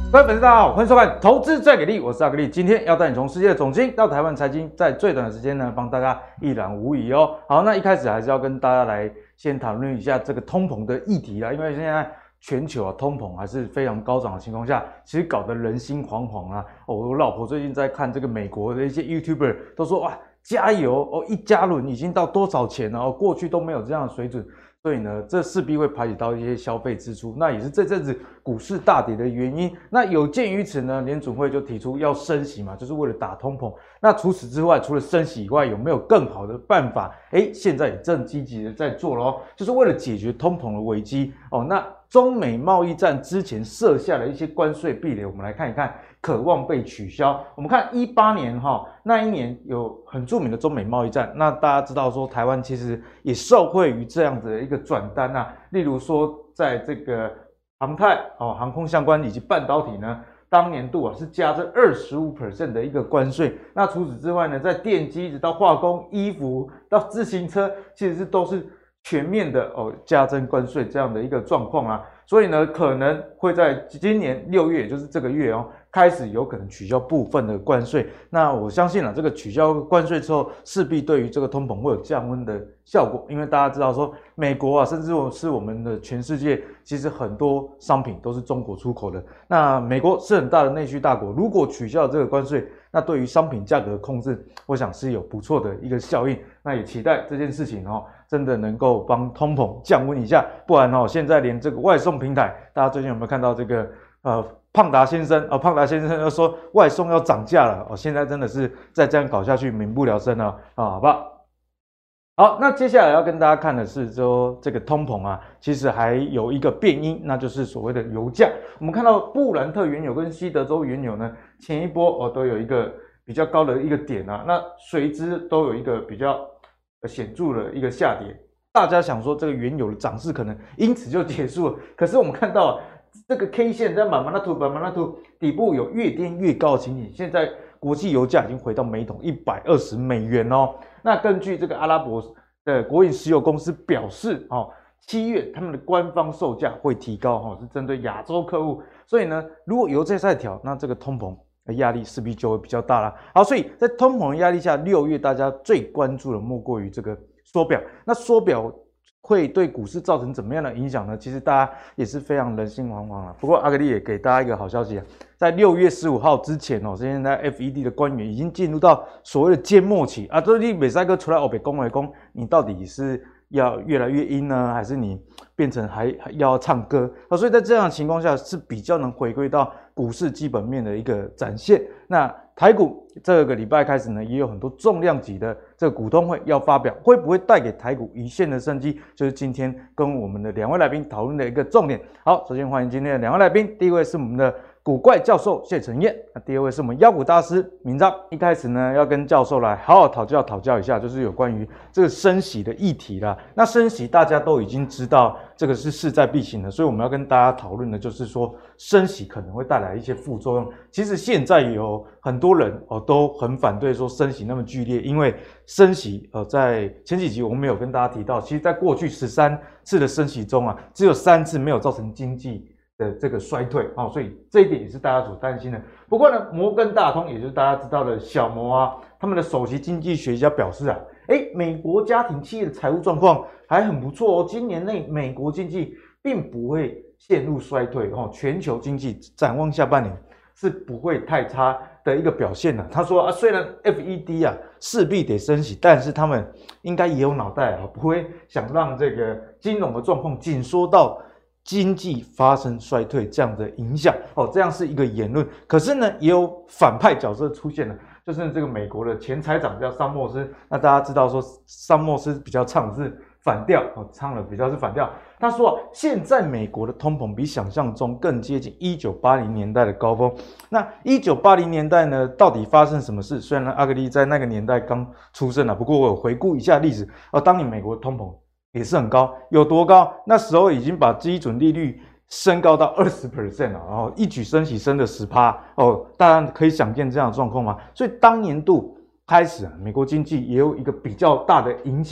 各位粉丝大家好，欢迎收看《投资最给力》，我是阿格力。今天要带你从世界的总经到台湾财经，在最短的时间呢，帮大家一览无遗哦。好，那一开始还是要跟大家来先讨论一下这个通膨的议题啦，因为现在全球啊通膨还是非常高涨的情况下，其实搞得人心惶惶啊。我老婆最近在看这个美国的一些 YouTuber 都说哇加油哦，1加仑已经到多少钱了哦，过去都没有这样的水准。所以呢，这势必会排挤到一些消费支出，那也是这阵子股市大跌的原因。那有鉴于此呢，联准会就提出要升息嘛，就是为了打通膨。那除此之外，除了升息以外，有没有更好的办法？现在也正积极的在做咯，就是为了解决通膨的危机哦。那中美贸易战之前设下的一些关税壁垒，我们来看一看，渴望被取消。我们看18年那一年有很著名的中美贸易战，那大家知道说台湾其实也受惠于这样子的一个转单啊，例如说在这个航空相关以及半导体呢，当年度是加这25% 的一个关税。那除此之外呢，在电机一直到化工、衣服到自行车，其实都是全面的加征关税这样的一个状况啊，所以呢，可能会在今年6月，也就是这个月开始有可能取消部分的关税。那我相信这个取消关税之后，势必对于这个通膨会有降温的效果，因为大家知道说，美国甚至是我们的全世界，其实很多商品都是中国出口的。那美国是很大的内需大国，如果取消这个关税，那对于商品价格的控制，我想是有不错的一个效应。那也期待这件事情真的能够帮通膨降温一下，不然现在连这个外送平台，大家最近有没有看到这个胖达先生胖达先生又说外送要涨价了现在真的是再这样搞下去民不聊生了好不好？好，那接下来要跟大家看的是说这个通膨其实还有一个变因，那就是所谓的油价。我们看到布兰特原油跟西德州原油呢，前一波都有一个比较高的一个点那随之都有一个比较显著的一个下跌。大家想说这个原油的涨势可能因此就结束了，可是我们看到这个 K 线在马马纳图底部有越颠越高的情形，现在国际油价已经回到每桶120美元那根据这个阿拉伯的国营石油公司表示7月他们的官方售价会提高是针对亚洲客户，所以呢，如果油价再调，那这个通膨的压力势必就会比较大啦。好，所以在通膨的压力下，6月大家最关注的莫过于这个缩表。那缩表会对股市造成怎么样的影响呢？其实大家也是非常人心惶惶不过阿格力也给大家一个好消息在6月15号之前现在 FED 的官员已经进入到所谓的缄默期这你不可以出来黑白讲你到底是要越来越阴呢，还是你变成还要唱歌所以在这样的情况下是比较能回归到股市基本面的一个展现。那台股这个礼拜开始呢，也有很多重量级的这个股东会要发表，会不会带给台股一线的生机，就是今天跟我们的2位来宾讨论的一个重点。好，首先欢迎今天的2位来宾，第一位是我们的股怪教授谢承彦，第二位是我们妖股大师明章。一开始呢，要跟教授来好好讨教一下，就是有关于这个升息的议题啦。那升息大家都已经知道，这个是势在必行的，所以我们要跟大家讨论的就是说，升息可能会带来一些副作用。其实现在有很多人都很反对说升息那么剧烈，因为升息在前几集我们有跟大家提到，其实在过去13次的升息中只有3次没有造成经济的这个衰退所以这一点也是大家所担心的。不过呢，摩根大通也就是大家知道的小摩他们的首席经济学家表示美国家庭企业的财务状况还很不错今年内美国经济并不会陷入衰退全球经济展望下半年是不会太差的一个表现他说虽然 FED 势必得升息，但是他们应该也有脑袋不会想让这个金融的状况紧缩到经济发生衰退这样的影响这样是一个言论。可是呢，也有反派角色出现了，就是这个美国的前财长叫桑默斯。那大家知道说桑默斯比较唱的是反调唱的比较是反调。他说现在美国的通膨比想象中更接近1980年代的高峰。那1980年代呢，到底发生什么事？虽然阿格力在那个年代刚出生不过我有回顾一下历史当年美国的通膨也是很高，有多高？那时候已经把基准利率升高到20% 了一举升息升了10%大家可以想见这样的状况吗？所以当年度开始美国经济也有一个比较大的影响。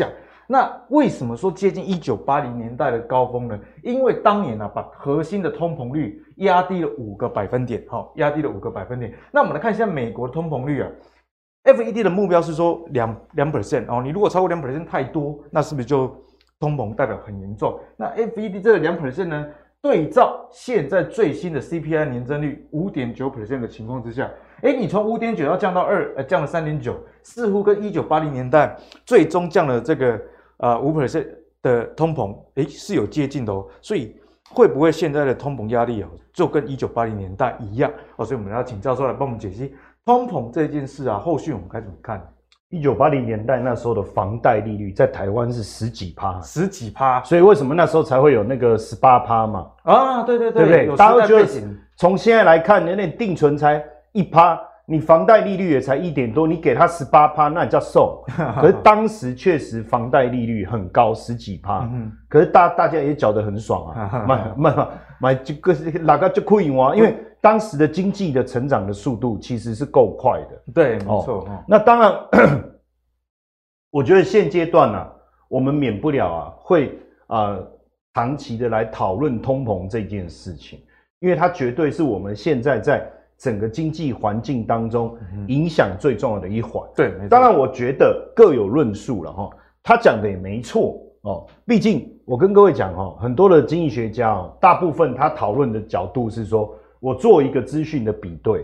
那为什么说接近1980年代的高峰呢？因为当年把核心的通膨率压低了5个百分点，压低了5个百分点。那我们来看一下美国的通膨率FED 的目标是说2% 哦，你如果超过2% 太多，那是不是就通膨代表很严重？那 FED 这个2% 呢，对照现在最新的 CPI 年增率 5.9% 的情况之下，你从 5.9 要降到降了 3.9， 似乎跟1980年代最终降了这个5% 的通膨，是有接近的哦。所以会不会现在的通膨压力就跟1980年代一样所以我们要请教授来帮我们解析通膨这件事后续我们该怎么看 ？1980年代那时候的房贷利率在台湾是10几%，所以为什么那时候才会有那个18%嘛？ 对不对？大家会觉得从现在来看，那定存才1%，你房贷利率也才1点多，你给他18%，那你叫送。可是当时确实房贷利率很高，10几%，可是大家也缴得很爽买这个哪个就可以哇？因为当时的经济的成长的速度其实是够快的。 对，没错。 那当然，我觉得现阶段我们免不了会长期的来讨论通膨这件事情，因为它绝对是我们现在在整个经济环境当中影响最重要的一环。 对， 当然我觉得各有论述了他讲的也没错毕竟我跟各位讲很多的经济学家大部分他讨论的角度是说，我做一个资讯的比对，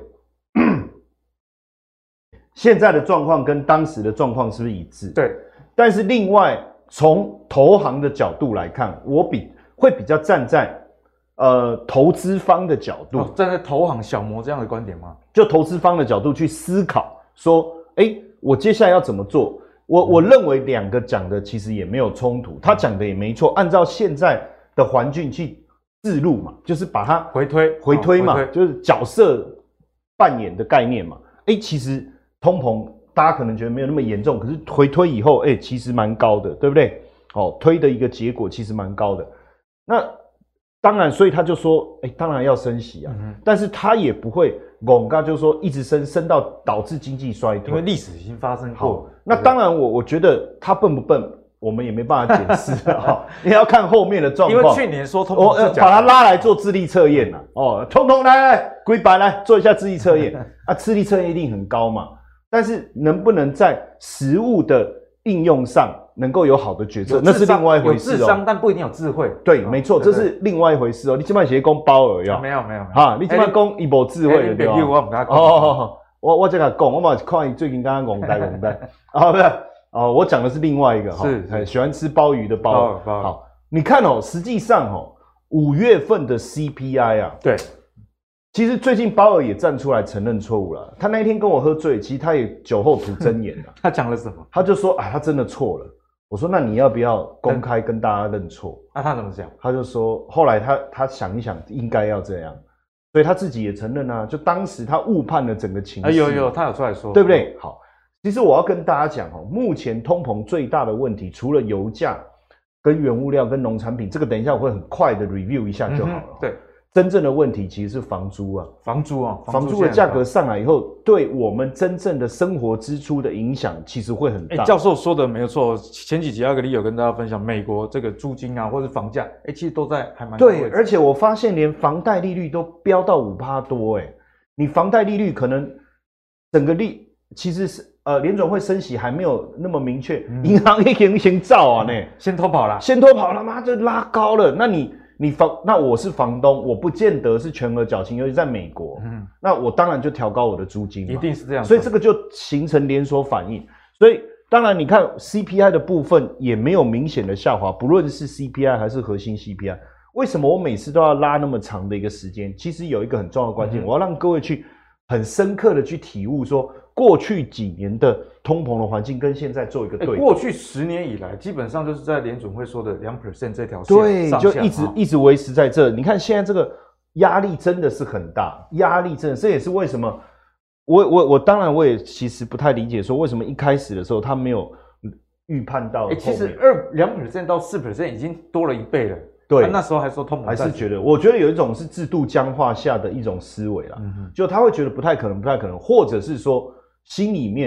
现在的状况跟当时的状况是不是一致？ 对。 但是另外从投行的角度来看，我会比较站在投资方的角度， 站在投行小摩这样的观点吗？ 就投资方的角度去思考，说，我接下来要怎么做？我认为两个讲的其实也没有冲突，他讲的也没错，按照现在的环境去自入嘛，就是把它回推嘛，就是角色扮演的概念嘛。其实通膨大家可能觉得没有那么严重，可是回推以后，其实蛮高的，对不对？推的一个结果其实蛮高的。那当然，所以他就说，当然要升息但是他也不会拱嘎，就是说一直升到导致经济衰退， 因为历史已经发生过。 那当然我觉得他笨不笨，我们也没办法解释你要看后面的状况。 因为去年说通膨把他拉来做智力测验通通来归白来做一下智力测验智力测验一定很高嘛，但是能不能在实务的应用上能够有好的决策，那是另外一回事有智商，但不一定有智慧。 对，没错，这是另外一回事你现在是讲鲍尔没有你现在讲他没智慧的对吧？我这个讲，我嘛看你最近刚刚讲呆不是我讲的是另外一个是喜欢吃鲍鱼的鲍尔。好，你看实际上5月份的 CPI 对。 其实最近鲍尔也站出来承认错误了。他那一天跟我喝醉，其实他也酒后吐真言了。 他讲了什么？ 他就说他真的错了。我说那你要不要公开跟大家认错？ 他怎么讲？ 他就说后来他想一想，应该要这样，所以他自己也承认就当时他误判了整个情势。 有，他有出来说， 对不对？好，其实我要跟大家讲目前通膨最大的问题，除了油价、跟原物料、跟农产品，这个等一下我会很快的 review 一下就好了。 对。 真正的问题其实是房租房租的价格上来以后，对我们真正的生活支出的影响其实会很大。 教授说的没有错，前几集阿格力有跟大家分享，美国这个租金或是房价，其实都在还蛮高的位置。 对，而且我发现连房贷利率都飙到5%多，你房贷利率可能整个其实是联准会升息还没有那么明确，银行已经先造呢， 先偷跑了，妈就拉高了，那我是房东，我不见得是全额缴清，尤其在美国，那我当然就调高我的租金嘛， 一定是这样， 所以这个就形成连锁反应。所以当然你看 CPI 的部分也没有明显的下滑，不论是 CPI 还是核心 CPI， 为什么我每次都要拉那么长的一个时间？其实有一个很重要的关键，我要让各位去很深刻的去体悟说，过去几年的通膨的环境跟现在做一个对比。 过去10年以来，基本上就是在联准会说的2% 这条线对，就一直维持在这。你看现在这个压力真的是很大，这也是为什么我当然我也其实不太理解，说为什么一开始的时候他没有预判到。 其实2% 到4% 已经多了1倍了。 对， 那时候还说通膨， 还是觉得，我觉得有一种是制度僵化下的一种思维啦，就他会觉得不太可能，或者是说心里面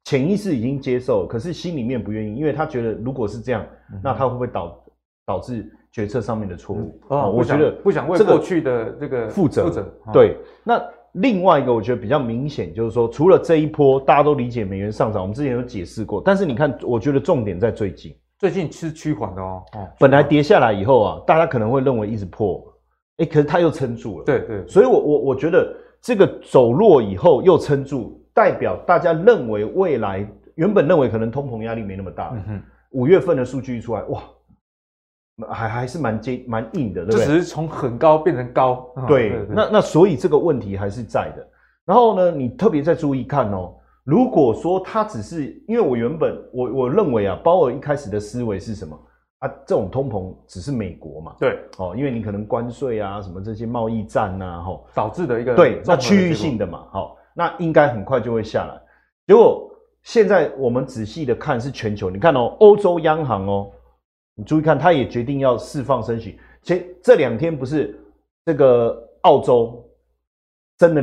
潜意识已经接受了，可是心里面不愿意，因为他觉得如果是这样，那他会不会导致决策上面的错误？我觉得不想为过去的这个负责。对，那另外一个我觉得比较明显，就是说除了这一波大家都理解美元上涨，我们之前有解释过，但是你看，我觉得重点在最近是趋缓的哦。 本来跌下来以后啊，大家可能会认为一直破，可是它又撑住了。 对，所以我觉得这个走弱以后又撑住，代表大家认为未来原本认为可能通膨压力没那么大，5月份的数据一出来，哇，还是蛮硬的，对不对？ 这只是从很高变成高。 对，那所以这个问题还是在的。然后呢，你特别再注意看哦，如果说它只是因为我原本我认为啊，鲍尔一开始的思维是什么啊？这种通膨只是美国嘛， 对， 因为你可能关税啊什么这些贸易战啊， 导致的一个对，那区域性的嘛，那应该很快就会下来。结果现在我们仔细的看是全球，你看哦，欧洲央行哦，你注意看，他也决定要释放升息。这2天不是这个澳洲升了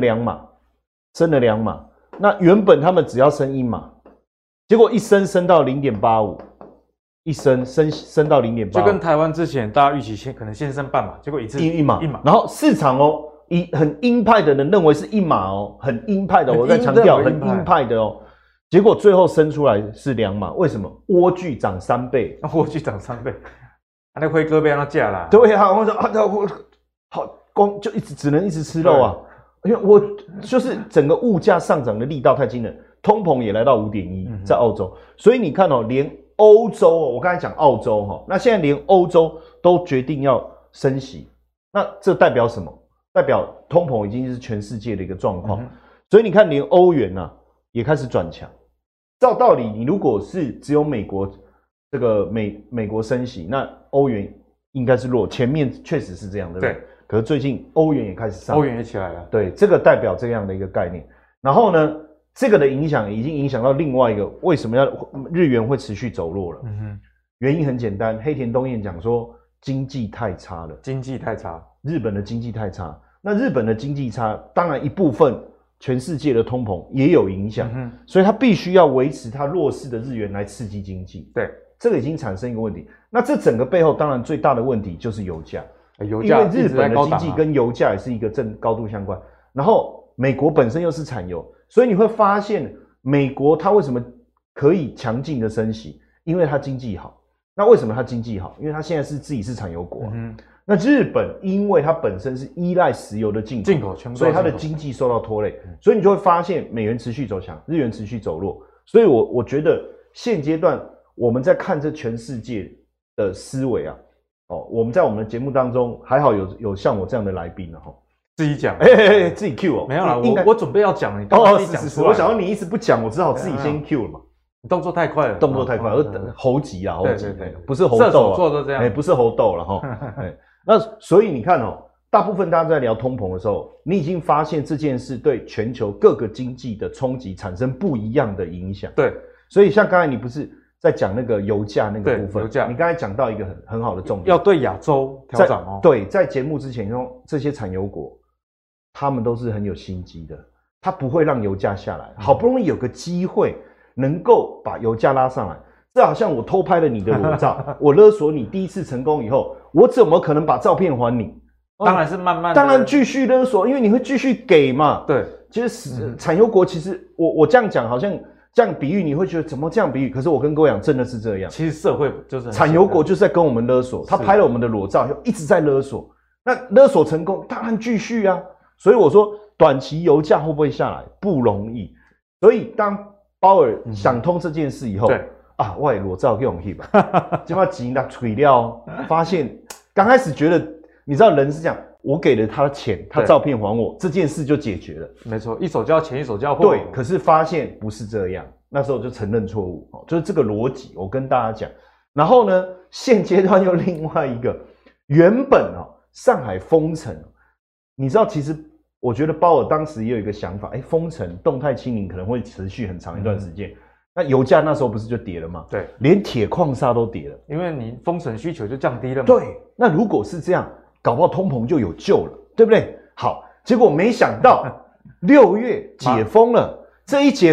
2码，那原本他们只要升1码，结果一升到 0.85， 一升到 0.85， 就跟台湾之前大家预期可能先升半码，结果一码， 然后市场哦。很鹰派的人认为是1码哦，很鹰派的，我在强调很鹰派的哦。结果最后生出来是2码，为什么？莴苣涨3倍， 莴苣涨3倍，那辉哥被让他嫁啦。 对啊，我说我好光就只能一直吃肉啊，因为我就是整个物价上涨的力道太惊人，通膨也来到 5.1， 在澳洲，所以你看哦，连欧洲哦，我刚才讲澳洲那现在连欧洲都决定要升息，那这代表什么？代表通膨已经是全世界的一个状况，所以你看，连欧元也开始转强。照道理，你如果是只有美国这个美国升息，那欧元应该是弱。前面确实是这样，对不对？对。可是最近欧元也开始上， 欧元也起来了。 对，这个代表这样的一个概念。然后呢，这个的影响已经影响到另外一个，为什么日元会持续走弱了？原因很简单，黑田东彦讲说经济太差了，日本的经济太差，那日本的经济差，当然一部分全世界的通膨也有影响，所以它必须要维持它弱势的日元来刺激经济。 对， 这个已经产生一个问题。那这整个背后，当然最大的问题就是油价，因为日本的经济跟油价也是一个高度相关。然后美国本身又是产油，所以你会发现美国它为什么可以强劲的升息？因为它经济好。那为什么它经济好？因为它现在是自己是产油国那日本因为它本身是依赖石油的进口，所以它的经济受到拖累，所以你就会发现美元持续走强，日元持续走弱。所以我觉得现阶段我们在看这全世界的思维我们在我们的节目当中还好有像我这样的来宾自己讲， 自己 Q 没有啦，我准备要讲，你刚自己讲出来。 我想到你一直不讲，我只好自己先 Q 了嘛。 你动作太快了， 猴急啊，猴急， 对， 不是猴豆，射手座都这样， 不是猴豆了那所以你看大部分大家在聊通膨的时候，你已经发现这件事对全球各个经济的冲击产生不一样的影响。 对， 所以像刚才你不是在讲那个油价那个部分， 油价， 你刚才讲到一个很好的重点， 要对亚洲调整对，在节目之前这些产油国，他们都是很有心机的，他不会让油价下来，好不容易有个机会能够把油价拉上来。这好像我偷拍了你的裸照，我勒索你第一次成功以后，我怎么可能把照片还你？ 当然是慢慢的， 当然继续勒索，因为你会继续给嘛。 对， 其实产油国其实我这样讲好像这样比喻，你会觉得怎么这样比喻？可是我跟各位讲，真的是这样。 其实社会就是产油国就是在跟我们勒索，他拍了我们的裸照，就一直在勒索。那勒索成功，当然继续啊。所以我说，短期油价会不会下来不容易。所以当鲍尔想通这件事以后， 对。 我的裸照给用去吧，结果钱拿吹掉，发现刚开始觉得，你知道人是这样，我给了他钱，他照片还我，这件事就解决了。 没错，一手交钱一手交货。 对，可是发现不是这样，那时候就承认错误，就是这个逻辑，我跟大家讲。然后呢，现阶段又另外一个，原本上海封城，你知道其实我觉得鲍尔当时也有一个想法，封城动态清零可能会持续很长一段时间。那油价那时候不是就跌了吗？ 对， 连铁矿砂都跌了， 因为你封城需求就降低了嘛。 对，那如果是这样，搞不好通膨就有救了，对不对？好，结果没想到6月解封了，这一解封，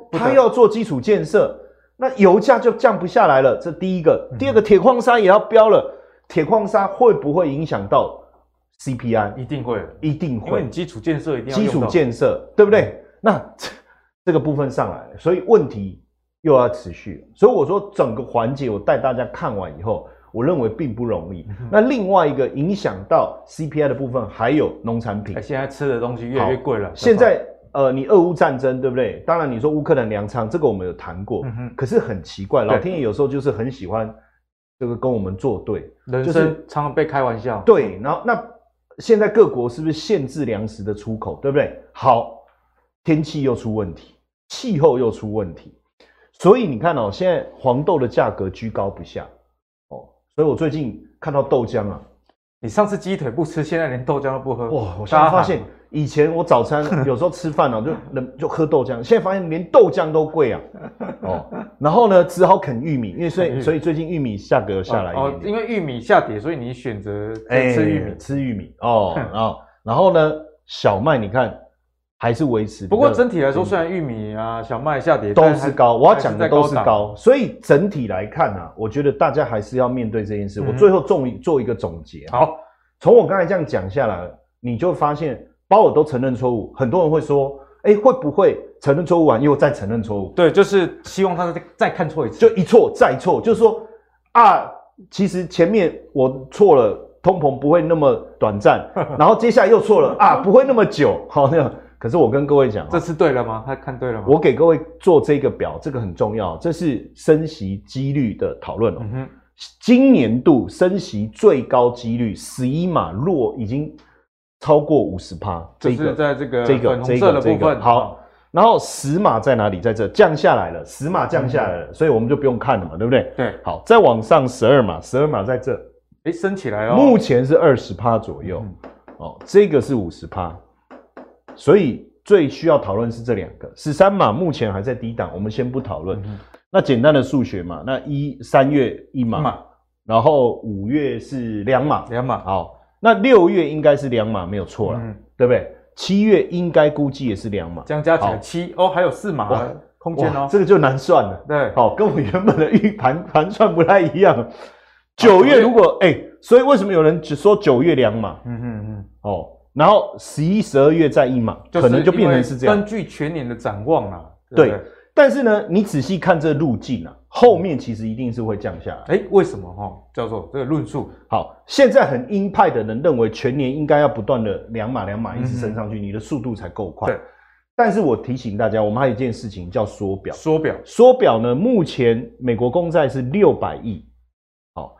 它要做基础建设，那油价就降不下来了。这第一个，第二个，铁矿砂也要飙了，铁矿砂会不会影响到 CPI？ 一定会， 一定会， 因为你基础建设一定要基础建设，对不对？那这个部分上来了，所以问题又要持续。所以我说整个环节我带大家看完以后，我认为并不容易。那另外一个影响到 CPI 的部分还有农产品， 现在吃的东西越来越贵了。 现在你俄乌战争对不对？当然你说乌克兰粮仓这个我们有谈过，可是很奇怪，老天爷有时候就是很喜欢这个跟我们作对， 人生常常被开玩笑。 对，然后那现在各国是不是限制粮食的出口，对不对？好，天气又出问题，气候又出问题，所以你看哦，现在黄豆的价格居高不下哦，所以我最近看到豆浆啊， 你上次鸡腿不吃，现在连豆浆都不喝。 哇！我现在发现，以前我早餐有时候吃饭哦，就喝豆浆，现在发现连豆浆都贵啊。哦，然后呢，只好啃玉米，因为所以最近玉米价格下来一点点。 因为玉米下跌，所以你选择吃玉米哦。然后呢，小麦你看还是维持。 不过整体来说，虽然玉米啊、小麦下跌， 都是高。我要讲的都是高，所以整体来看啊，我觉得大家还是要面对这件事。我最后做一个总结。 好， 从我刚才这样讲下来，你就发现鲍尔都承认错误，很多人会说，会不会承认错误完又再承认错误？ 对，就是希望他再看错一次， 就一错再错，就是说啊，其实前面我错了，通膨不会那么短暂，然后接下来又错了啊，不会那么久，好那样。可是我跟各位讲， 这次对了吗？他看对了吗？ 我给各位做这个表，这个很重要，这是升息几率的讨论哦。今年度升息最高几率11码落已经超过50%， 就是在这个粉红色的部分。 好，然后10码在哪里？在这降下来了，10码降下来了，所以我们就不用看了嘛，对不对？ 对。 好，再往上12码，12码在这， 升起来哦。 目前是20%左右，这个是50%，所以最需要讨论是这两个。13码目前还在低档，我们先不讨论。那简单的数学嘛，那3月1码，然后5月是2码 ，2码。 好，那6月应该是2码没有错了，对不对？7月应该估计也是2码， 这样加起来7哦，还有4码的空间哦， 这个就难算了。 对， 好，跟我原本的盘算不太一样。9月如果所以为什么有人只说9月2码？然后11、12月再1码，可能就变成是这样。 根据全年的展望啦， 对。但是呢，你仔细看这路径啊，后面其实一定是会降下来。 为什么教授这个论述？ 好，现在很鹰派的人认为全年应该要不断的2码一直升上去，你的速度才够快。 对。 但是我提醒大家，我们还有一件事情叫缩表。 缩表呢，目前美国公债是600亿，好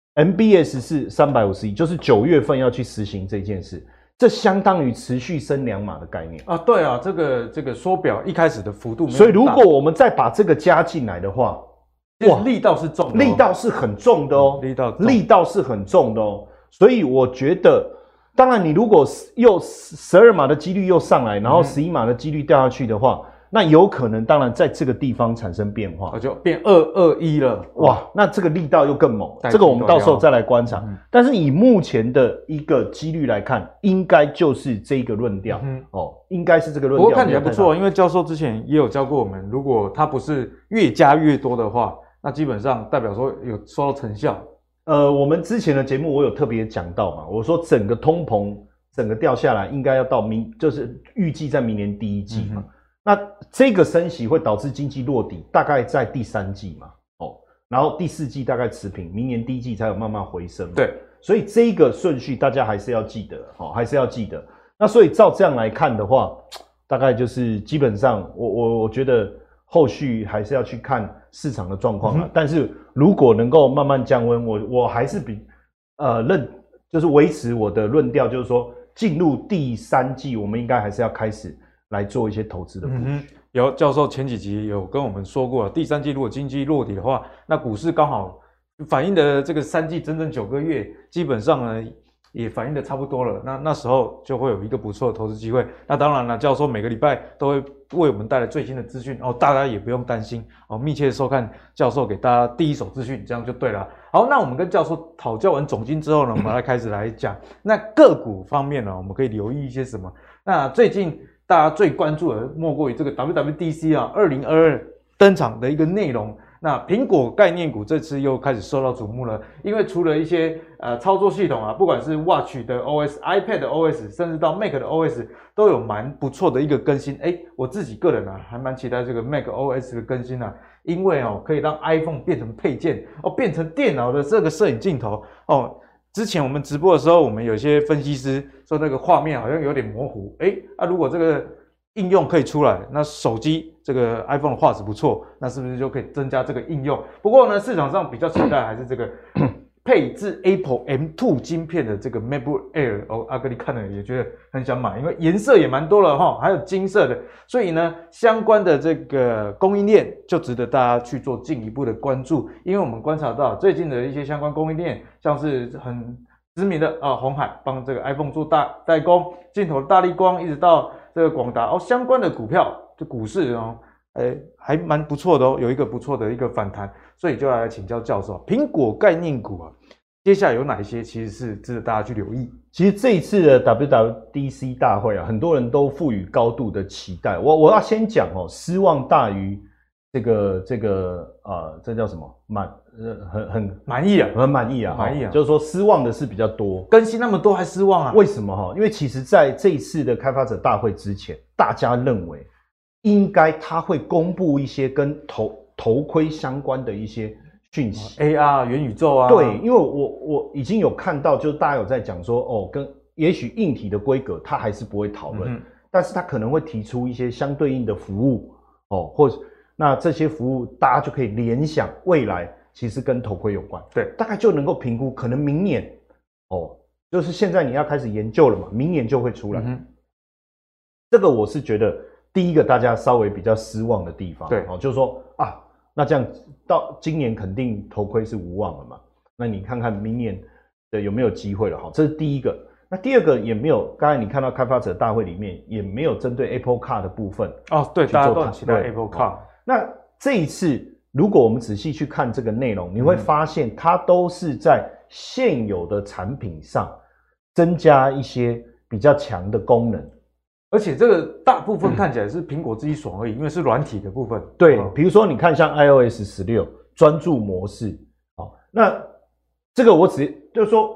，MBS 是350亿，就是9月份要去实行这件事。这相当于持续升2码的概念啊，对啊，这个缩表一开始的幅度没有， 所以如果我们再把这个加进来的话， 哇，力道是重的， 力道是很重的哦，力道是很重的哦，所以我觉得，当然你如果又12码的几率又上来，然后11码的几率掉下去的话，那有可能当然在这个地方产生变化， 就变221了， 哇，那这个力道又更猛，这个我们到时候再来观察。但是以目前的一个几率来看，应该就是这个论调，应该是这个论调。 不过看起来不错，因为教授之前也有教过我们，如果它不是越加越多的话，那基本上代表说有收到成效。 我们之前的节目我有特别讲到嘛，我说整个通膨整个掉下来，应该要到就是预计在明年第一季嘛。那这个升息会导致经济落底，大概在第3季嘛，然后第4季大概持平，明年第1季才有慢慢回升。 对， 所以这个顺序大家还是要记得，还是要记得。那所以照这样来看的话，大概就是基本上我觉得后续还是要去看市场的状况啦。但是如果能够慢慢降温，我还是就是维持我的论调，就是说进入第3季，我们应该还是要开始来做一些投资的布局。 有教授前几集有跟我们说过，第3季如果经济落底的话，那股市刚好反映的这个3季整整9个月，基本上呢也反映的差不多了。那时候就会有一个不错的投资机会。那当然了，教授每个礼拜都会为我们带来最新的资讯大家也不用担心密切收看教授给大家第一手资讯，这样就对了。好，那我们跟教授讨教完总经之后呢，我们来开始来讲那个股方面呢，我们可以留意一些什么？那最近大家最关注的莫过于这个 WWDC 啊，2022登场的一个内容。那苹果概念股这次又开始受到瞩目了，因为除了一些操作系统啊，不管是 Watch 的 OS、iPad 的 OS， 甚至到 Mac 的 OS， 都有蛮不错的一个更新。我自己个人啊，还蛮期待这个 Mac OS 的更新啊，因为可以让 iPhone 变成配件变成电脑的这个摄影镜头之前我们直播的时候，我们有些分析师说那个画面好像有点模糊，如果这个应用可以出来，那手机这个 iPhone 的画质不错，那是不是就可以增加这个应用？不过呢，市场上比较期待还是这个配置 Apple M2 晶片的这个 MacBook Air。阿哥你看了也觉得很想买，因为颜色也蛮多了还有金色的，所以呢，相关的这个供应链就值得大家去做进一步的关注。因为我们观察到最近的一些相关供应链，像是很知名的鸿海帮这个 iPhone 做代工，镜头的大立光，一直到这个广达相关的股票，就股市还蛮不错的有一个不错的一个反弹，所以就来请教教授，苹果概念股接下来有哪一些其实是值得大家去留意？ 其实这一次的 WWDC 大会很多人都赋予高度的期待。我要先讲失望大于这叫什么很满意啊，很满意啊，就是说失望的是比较多， 更新那么多还失望啊？ 为什么因为其实在这一次的开发者大会之前，大家认为应该他会公布一些跟头盔相关的一些讯息 ，AR 元宇宙啊， 对，因为我已经有看到，就是大家有在讲说跟也许硬体的规格他还是不会讨论，但是他可能会提出一些相对应的服务或者那这些服务大家就可以联想未来其实跟头盔有关， 对， 大概就能够评估，可能明年就是现在你要开始研究了嘛，明年就会出来。这个我是觉得第一个大家稍微比较失望的地方， 对， 就是说那这样到今年肯定头盔是无望了嘛，那你看看明年的有没有机会了这是第一个。那第二个也没有，刚才你看到开发者大会里面也没有针对 Apple Car 的部分对，大家都很期待 Apple Car。 那这一次如果我们仔细去看这个内容，你会发现它都是在现有的产品上增加一些比较强的功能， 而且这个大部分看起来是苹果自己爽而已，因为是软体的部分。 对，比如说你看像 iOS 16专注模式，那这个我就是说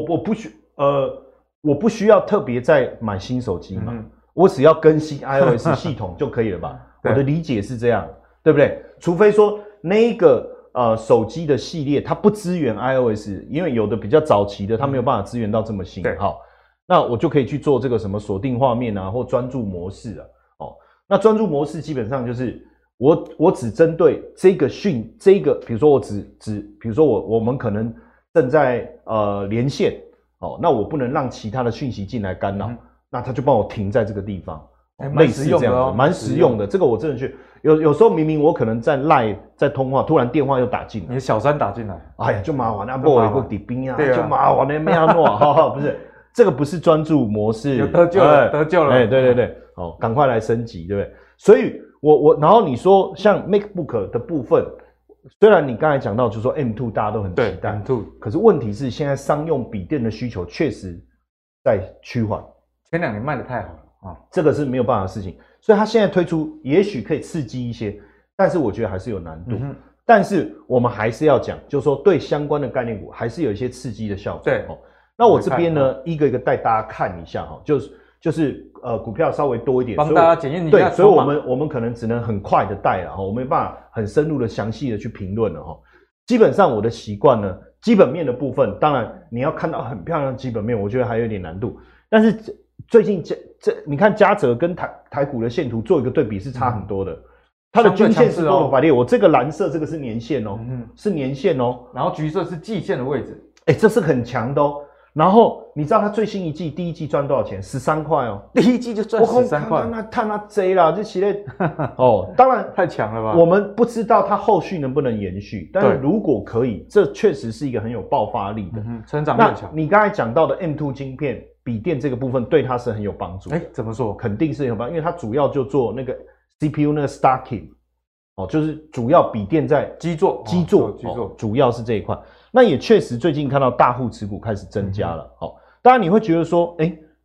我不需要特别再买新手机嘛，我只要更新 iOS 系统就可以了吧？我的理解是这样，对不对？除非说那一个手机的系列它不支援 iOS， 因为有的比较早期的它没有办法支援到这么新，那我就可以去做这个什么锁定画面啊，或专注模式那专注模式基本上就是我只针对这个比如说比如说我们可能正在连线那我不能让其他的讯息进来干扰，那他就帮我停在这个地方，类似这样的，蛮实用的。这个我真的去有时候明明我可能在 LINE 在通话，突然电话又打进来， 你的小三打进来， 哎呀就麻烦，不我有个底兵啊，就麻烦没要弄不是这个不是专注模式， 有得救了，得救了， 对，赶快来升级，对不对？所以然后你说像 MacBook 的部分。虽然你刚才讲到，就是说 M2 大家都很期待 ，M2， 可是问题是现在商用笔电的需求确实在趋缓， 前2年卖得太好了这个是没有办法的事情。所以他现在推出，也许可以刺激一些，但是我觉得还是有难度。但是我们还是要讲，就是说对相关的概念股还是有一些刺激的效果。 对， 那我这边呢，一个一个带大家看一下就是股票稍微多一点， 帮大家检验一下。 对，所以我们可能只能很快的带了我没办法很深入的详细的去评论了基本上我的习惯呢，基本面的部分，当然你要看到很漂亮的基本面，我觉得还有点难度。但是最近你看嘉泽跟台股的线图做一个对比是差很多的，它的均线是多头排列，我这个蓝色这个是年线是年线然后橘色是季线的位置， 这是很强的然后你知道它最新一季第一季赚多少钱？13块第一季就赚13块， 那看它贼啦，这系列当然太强了吧？ 我们不知道它后续能不能延续，但是如果可以，这确实是一个很有爆发力的成长力强。 你刚才讲到的 M2 晶片笔电这个部分，对它是很有帮助的。 怎么说？ 肯定是很有帮助，因为它主要就做那个 CPU 那个 stacking，就是主要笔电在基座，主要是这一块。那也确实最近看到大户持股开始增加了，当然你会觉得说，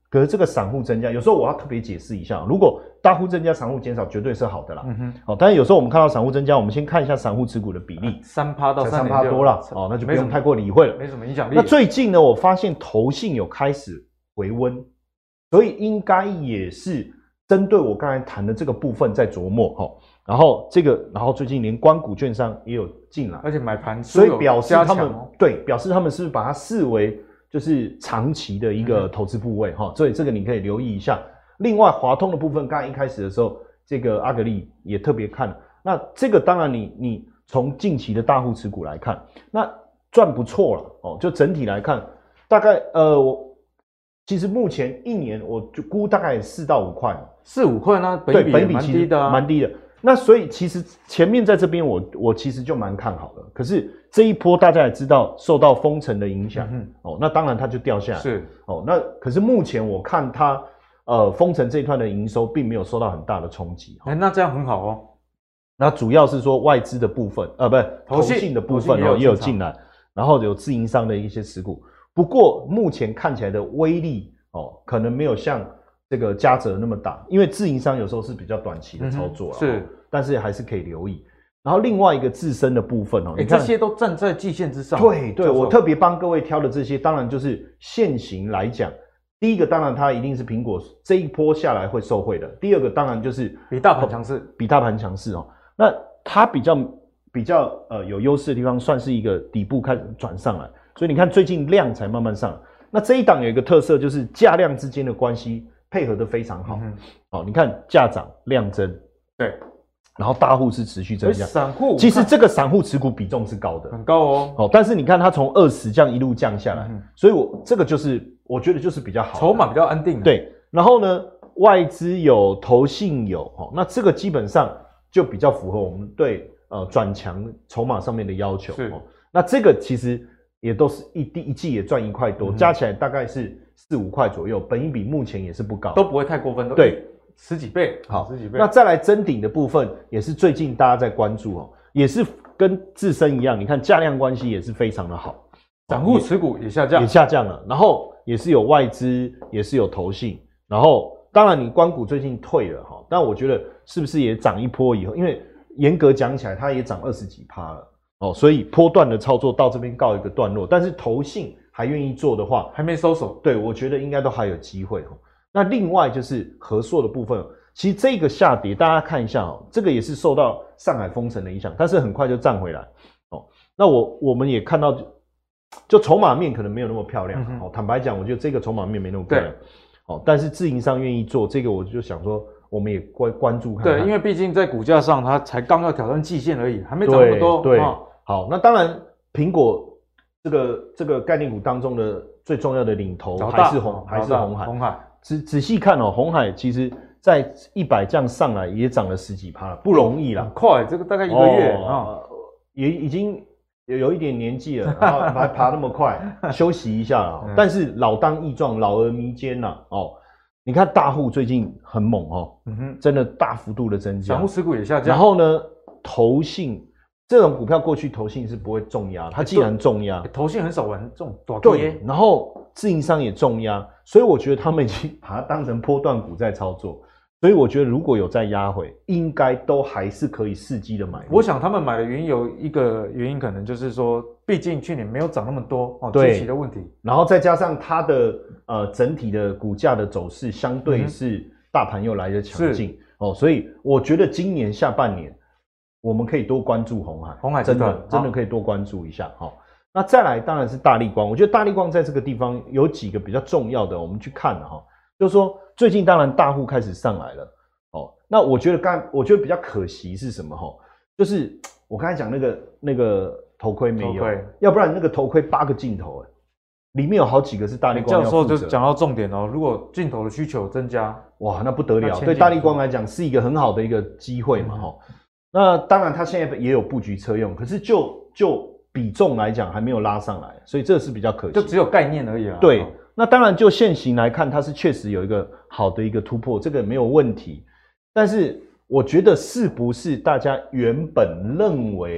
可是这个散户增加，有时候我要特别解释一下，如果大户增加，散户减少，绝对是好的啦。好，但是有时候我们看到散户增加，我们先看一下散户持股的比例 ，3%到 3%多啦，哦，那就不用太过理会了， 没什么影响力。 那最近呢，我发现投信有开始回温，所以应该也是针对我刚才谈的这个部分在琢磨哈。然后最近连官股券商也有进来， 而且买盘， 所以表示他们表示他们是不是把它视为就是长期的一个投资部位哈，所以这个你可以留意一下。另外，华通的部分，刚才一开始的时候，这个阿格力也特别看了。那这个当然你从近期的大户持股来看，那赚不错了哦。就整体来看，大概其实目前一年我就估大概4到5块 ，4、5块呢， 对，本比蛮低的啊， 蛮低的。那所以其实前面在这边我其实就蛮看好的，可是这一波大家也知道受到封城的影响，哦，那当然它就掉下来， 是哦，那可是目前我看它封城这一段的营收并没有受到很大的冲击， 那这样很好哦。 那主要是说外资的部分，不是投信的部分也有进来，然后有自营商的一些持股，不过目前看起来的威力可能没有像这个嘉泽那么大，因为自营商有时候是比较短期的操作是， 但是还是可以留意。然后另外一个自身的部分你看这些都站在季线之上。 对，我特别帮各位挑的这些，当然就是现行来讲，第一个当然它一定是苹果这一波下来会受惠的，第二个当然就是比大盘强势， 那它比较有优势的地方，算是一个底部开始转上来，所以你看最近量才慢慢上来。那这一档有一个特色，就是价量之间的关系配合得非常好。好，你看价涨量增， 对， 然后大户是持续增加。 散户其实这个散户持股比重是高的， 很高哦。 好，但是你看它从20这样一路降下来，所以这个就是我觉得就是比较好， 筹码比较安定。 对，然后呢，外资有，投信有，那这个基本上就比较符合我们对转强筹码上面的要求。 是， 那这个其实也都是一季也赚1块多，加起来大概是4、5块左右，本益比目前也是不高， 都不会太过分。 对 ，10几倍， 好 ，10几倍。 那再来真顶的部分，也是最近大家在关注也是跟自身一样，你看价量关系也是非常的好， 散户持股也下降了，然后也是有外资，也是有投信，然后当然你官股最近退了但我觉得是不是也涨一波以后，因为严格讲起来它也涨20几%了所以波段的操作到这边告一个段落，但是投信还愿意做的话， 还没收手， 对，我觉得应该都还有机会那另外就是和硕的部分，其实这个下跌大家看一下这个也是受到上海封城的影响，但是很快就站回来那我们也看到就筹码面可能没有那么漂亮坦白讲，我觉得这个筹码面没那么漂亮但是自营商愿意做这个，我就想说我们也关注看看。 对，因为毕竟在股价上，它才刚要挑战季线而已，还没涨那么多。 对，好，那当然，苹果这个概念股当中的最重要的领头还是红海。仔细看红海其实在100这样上来也涨了10几%了，不容易啦。 很快，这个大概1个月也已经有一点年纪了，然后还爬那么快，休息一下了。但是老当益壮，老而弥坚呐你看大户最近很猛真的大幅度的增加， 散户持股也下降。 然后呢，投信这种股票过去投信是不会重压，它竟然重压， 投信很少玩这种短对，然后自营商也重压，所以我觉得他们已经把它当成波段股在操作。所以我觉得如果有再压回，应该都还是可以伺机的买。 我想他们买的原因有一个原因，可能就是说，毕竟去年没有涨那么多对， 基期的问题， 然后再加上它的整体的股价的走势相对是大盘又来得强劲所以我觉得今年下半年我们可以多关注鸿海真的可以多关注一下那再来当然是大立光，我觉得大立光在这个地方有几个比较重要的，我们去看就是说最近当然大户开始上来了那我觉得比较可惜是什么就是我刚才讲那个头盔没有，要不然那个头盔8个镜头里面有好几个是大立光要负责。 这样说就讲到重点如果镜头的需求增加， 哇，那不得了，对大立光来讲是一个很好的一个机会嘛那当然它现在也有布局车用，可是就比重来讲还没有拉上来，所以这是比较可惜， 就只有概念而已啦。 对，那当然就现行来看，它是确实有一个好的一个突破，这个没有问题。但是我觉得是不是大家原本认为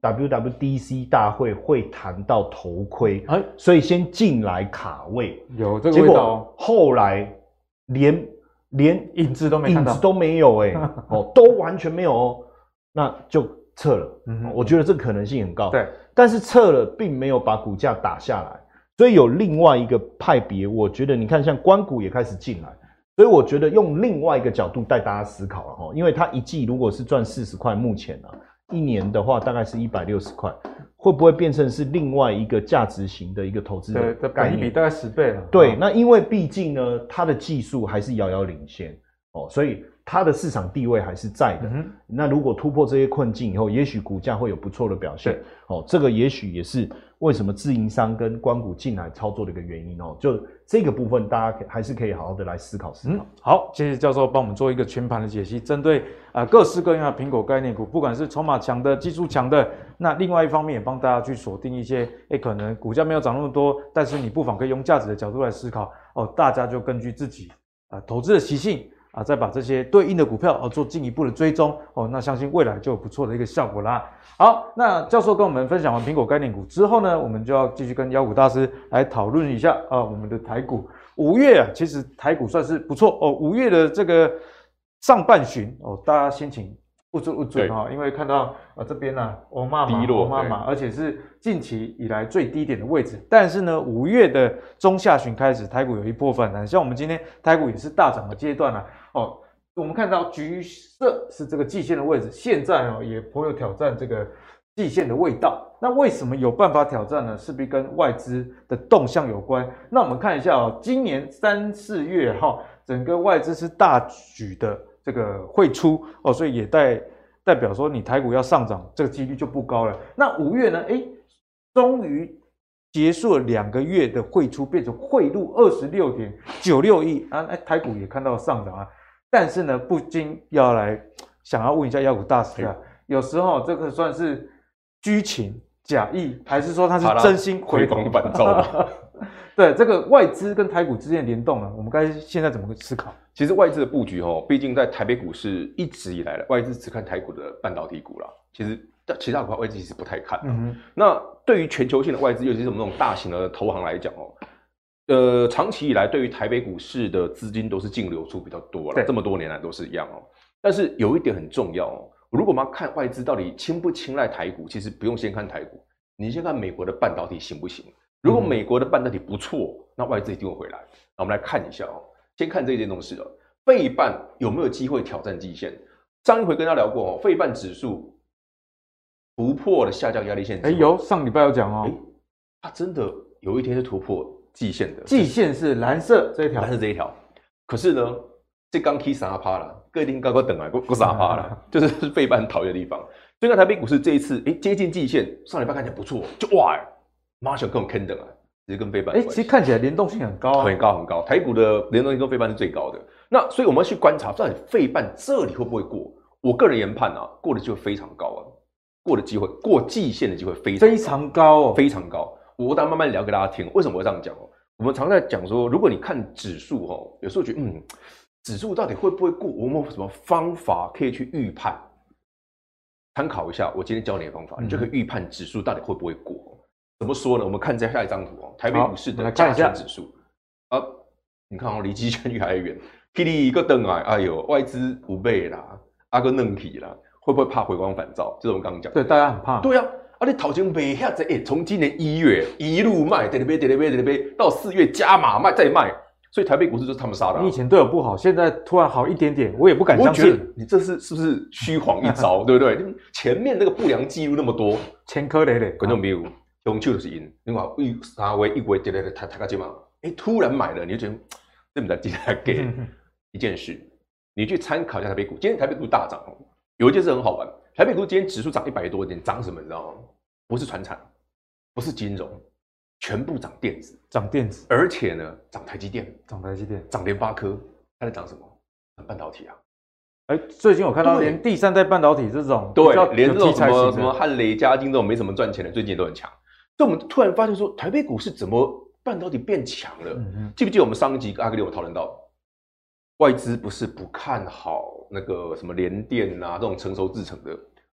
WWDC 大会会谈到头盔，所以先进来卡位， 有这个味道哦。 结果后来连影子都没看到， 影子都没有都完全没有哦，那就撤了。我觉得这个可能性很高。 对， 但是撤了并没有把股价打下来，所以有另外一个派别，我觉得你看像官股也开始进来，所以我觉得用另外一个角度带大家思考了哈，因为它一季如果是赚40块，目前一年的话大概是160块，会不会变成是另外一个价值型的一个投资的概念？ 比大概10倍了。 对，那因为毕竟呢，它的技术还是遥遥领先所以它的市场地位还是在的。那如果突破这些困境以后，也许股价会有不错的表现。这个也许也是为什么自营商跟官股进来操作的一个原因就这个部分，大家还是可以好好的来思考思考。 好，谢谢教授帮我们做一个全盘的解析，针对各式各样的苹果概念股，不管是筹码强的、技术强的，那另外一方面也帮大家去锁定一些可能股价没有涨那么多，但是你不妨可以用价值的角度来思考大家就根据自己投资的习性再把这些对应的股票做进一步的追踪那相信未来就有不错的一个效果啦。好，那教授跟我们分享完苹果概念股之后呢，我们就要继续跟妖股大师来讨论一下我们的台股。5月其实台股算是不错5月的这个上半旬大家心情不准因为看到这边欧妈妈，而且是近期以来最低点的位置。但是呢，5月的中下旬开始，台股有一波反弹，像我们今天台股也是大涨的阶段我们看到橘色是这个季线的位置，现在也颇有挑战这个季线的味道。那为什么有办法挑战呢？势必跟外资的动向有关。那我们看一下今年3、4月整个外资是大举的这个汇出所以也代表说你台股要上涨，这个几率就不高了。那5月呢？终于结束了2个月的汇出，变成汇入26.96亿台股也看到上涨但是呢，不禁要来想要问一下妖股大师有时候这个算是居情假意，还是说他是真心回光返照？对，这个外资跟台股之间的联动呢，我们该现在怎么思考？ 其实外资的布局毕竟在台北股市一直以来的外资只看台股的半导体股啦，其实其他股票外资其实不太看那对于全球性的外资，尤其是我们这种大型的投行来讲长期以来对于台北股市的资金都是净流出比较多了，这么多年来都是一样但是有一点很重要如果我们要看外资到底青不青睐台股，其实不用先看台股，你先看美国的半导体行不行？如果美国的半导体不错，那外资一定会回来。那我们来看一下先看这件东西费半有没有机会挑战季线？上一回跟大家聊过费半指数突破了下降压力线有上礼拜有讲它真的有一天是突破季线的， 季线是蓝色这一条， 可是呢，这刚 K 3%了，各定高等来过3%了，就是费半很讨厌的地方。所以看台北股市这一次，接近季线，上礼拜看起来不错，就马上跟我 Ken 等其实跟费半其实看起来联动性很高很高。台股的联动性跟费半是最高的。那所以我们要去观察，到底费半这里会不会过？我个人研判过的机会非常高过的机会，过季线的机会非常高非常高。我等下慢慢聊给大家听，为什么会这样讲我们常在讲说，如果你看指数有时候觉得指数到底会不会过？我们有什么方法可以去预判？参考一下我今天教你的方法，你就可以预判指数到底会不会过。怎么说呢？我们看下一张图台北股市的加权指数你看离季线越来越远 ，K 个灯哎呦，外资5倍啦，个嫩皮啦，会不会怕回光返照？就是我们刚刚讲， 对，大家很怕。 对你头前卖遐济，从今年1月一路卖，跌到4月加码卖再卖，所以台北股市就是他们杀的。 你以前对我不好，现在突然好一点点，我也不敢相信。 你这是不是虚晃一招，对不对？前面那个不良记录那么多， 前科累累， 观众朋友，中秋就是赢。你看3月1月跌个几嘛，突然买了，你就觉得这么记得给一件事，你去参考一下台北股。今天台北股大涨有一件事很好玩。台北股今天指数涨100多点，涨什么你知道吗？不是传产，不是金融，全部涨电子，而且呢涨台积电，涨联发科，它在涨什么？涨半导体最近我看到连第3代半导体这种， 对，连这种什么汉磊、嘉晶这种没什么赚钱的，最近也都很强。所以我们突然发现说，台北股市怎么半导体变强了？记不记得我们上一集阿哥有讨论到？外资不是不看好那个什么联电这种成熟制程的，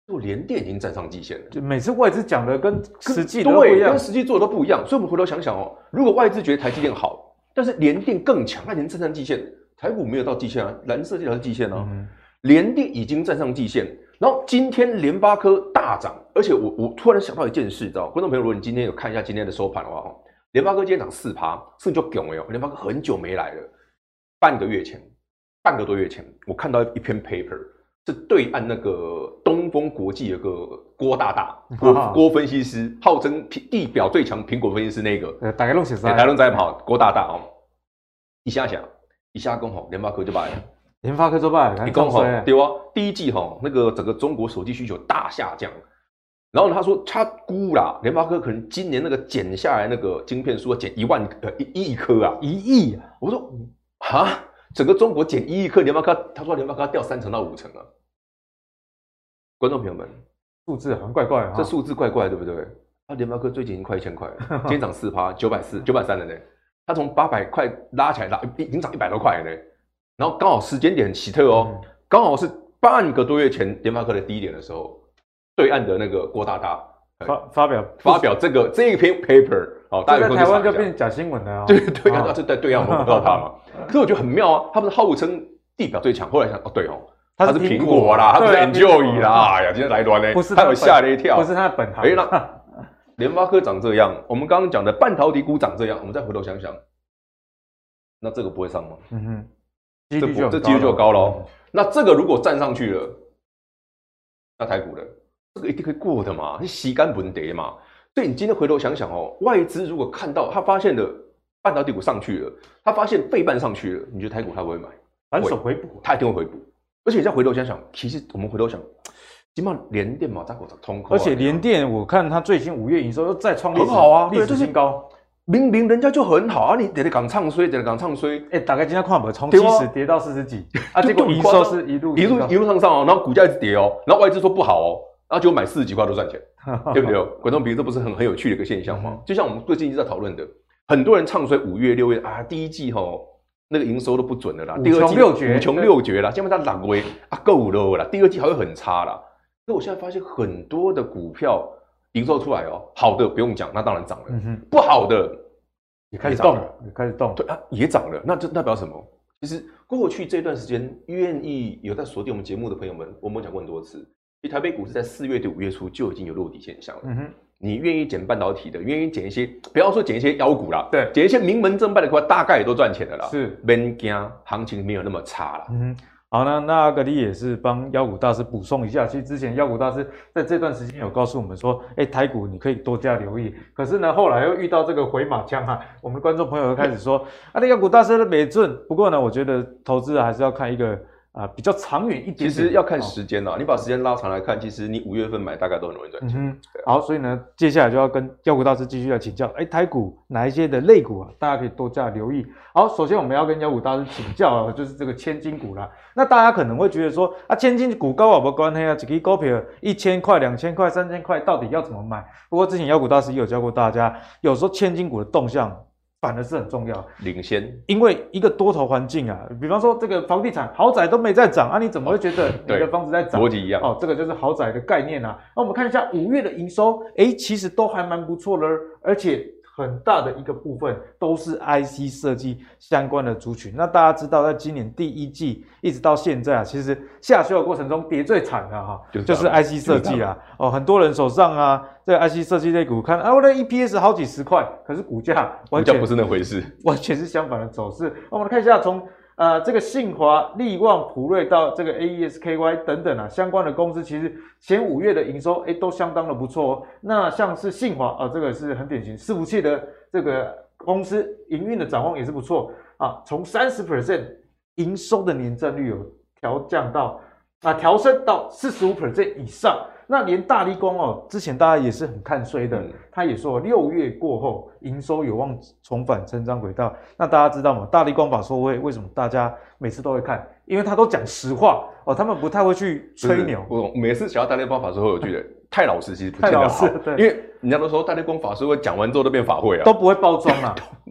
就联电已经站上季线了。 就每次外资讲的跟实际都不一样， 跟实际做的都不一样。所以我们回头想想哦，如果外资觉得台积电好，但是联电更强，它已经站上季线，台股没有到季线啊，蓝色这条是季线啊，联电已经站上季线。然后今天联发科大涨，而且我突然想到一件事，知道观众朋友，如果你今天有看一下今天的收盘的话，联发科今天涨4%，是就囧了。联发科很久没来了，半个多月前，我看到一篇 paper， 是对岸那个东风国际有个郭大大郭分析师，号称地表最强苹果分析师那个， 大家都写大家都在跑郭大大哦，一下讲吼，联发科就败了。 联发科做败， 你讲吼对啊，第一季吼那个整个中国手机需求大下降，然后他说他估啦，联发科可能今年那个减下来那个晶片数要减1亿颗啊，1亿啊！我说哈，整个中国减1亿颗，联发科他说联发科要掉3成到5成啊。观众朋友们， 数字好像怪怪的， 这数字怪怪对不对？啊，联发科最近已经快1000块了，今天涨4%，930了呢，他从800块拉起来已经涨100多块了呢。然后刚好时间点很奇特哦，刚好是半个多月前联发科的低点的时候，对岸的那个郭大大发表这一篇 paper， 哦，大家在台湾就变成假新闻了啊。 对，这在对岸我们不知道他嘛。可是我觉得很妙啊，他不是号称地表最强，后来想哦对哦，他是苹果啦，他不是 Enjoy 啦，哎呀，今天来乱呢，他有吓了一跳， 不是他的本行。 那联发科长这样，我们刚刚讲的半导体股长这样，我们再回头想想，那这个不会上吗？这几率就高了哦。那这个如果站上去了，那台股的这个一定可以过的嘛，你洗干本跌嘛。所以你今天回头想想哦，外资如果看到他发现的半导体股上去了，他发现费半上去了，你觉得台股他会不会买？ 反手回补， 他一定会回补。而且你再回头想想，其实我们回头想，起码联电嘛，在股通口， 而且联电我看它最新5月营收又再创很好啊， 历史新高。 明明人家就很好啊，你得讲唱衰， 大概今天看不从70跌到40几啊，结果营收是一路上哦，然后股价一直跌哦，然后外资说不好哦，然后结果买40几块都赚钱，对不对？观众朋友，这不是很有趣的一个现象吗？就像我们最近一直在讨论的，很多人唱衰5月、6月啊，第一季那个营收都不准了啦，第二季5穷6绝啦，基本上6月啊够了啦，第二季还会很差啦。所以我现在发现很多的股票。营收出来哦，好的不用讲，那当然涨了。不好的也开始动了， 对啊，也涨了。那这代表什么？其实过去这段时间，愿意有在锁定我们节目的朋友们，我们讲过很多次，其实台北股市在4月底5月初就已经有落底现象了。你愿意捡半导体的，愿意捡一些，不要说捡一些妖股啦， 对， 捡一些名门正派的股，大概也都赚钱的啦。 是， 别惊，行情没有那么差啦。 好，那阿格力也是帮妖股大师补充一下。其实之前妖股大师在这段时间有告诉我们说，台股你可以多加留意。可是呢，后来又遇到这个回马枪哈，我们的观众朋友又开始说，那妖股大师的没准。不过呢，我觉得投资还是要看一个比较长远一点点。 其实要看时间啦，你把时间拉长来看，其实你5月份买大概都很容易赚钱。 好，所以呢，接下来就要跟妖股大师继续来请教，台股哪一些的类股大家可以多加留意。好，首先我们要跟妖股大师请教就是这个千金股啦。那大家可能会觉得说，千金股高有没有关系啊？一个股票1000块、2000块、3000块，到底要怎么买？不过之前妖股大师也有教过大家，有时候千金股的动向反而是很重要， 领先。因为一个多头环境啊，比方说这个房地产豪宅都没在涨啊，你怎么会觉得你的房子在涨？ 逻辑一样哦，这个就是豪宅的概念啊。那我们看一下5月的营收，其实都还蛮不错的，而且很大的一个部分都是 IC 设计相关的族群。那大家知道，在今年第一季一直到现在其实下修的过程中跌最惨的就是 IC 设计啦。很多人手上这个 IC 设计类股看我的 EPS 好几十块，可是股价完全不是那回事， 完全是相反的走势。我们看一下从这个信华、力旺、普瑞到这个 AESKY 等等相关的公司，其实前5月的营收都相当的不错哦。那像是信华这个是很典型，伺服器的这个公司营运的展望也是不错从 30% 营收的年增率有调升到 45% 以上。那连大立光之前大家也是很看衰的，他也说6月过后营收有望重返成长轨道。那大家知道吗？大立光法说会为什么大家每次都会看？因为他都讲实话他们不太会去吹牛。 我每次想要大立光法说会，我觉得太老实，其实不见得好。因为人家都说大立光法说会讲完之后都变法会啊， 都不会包装啊。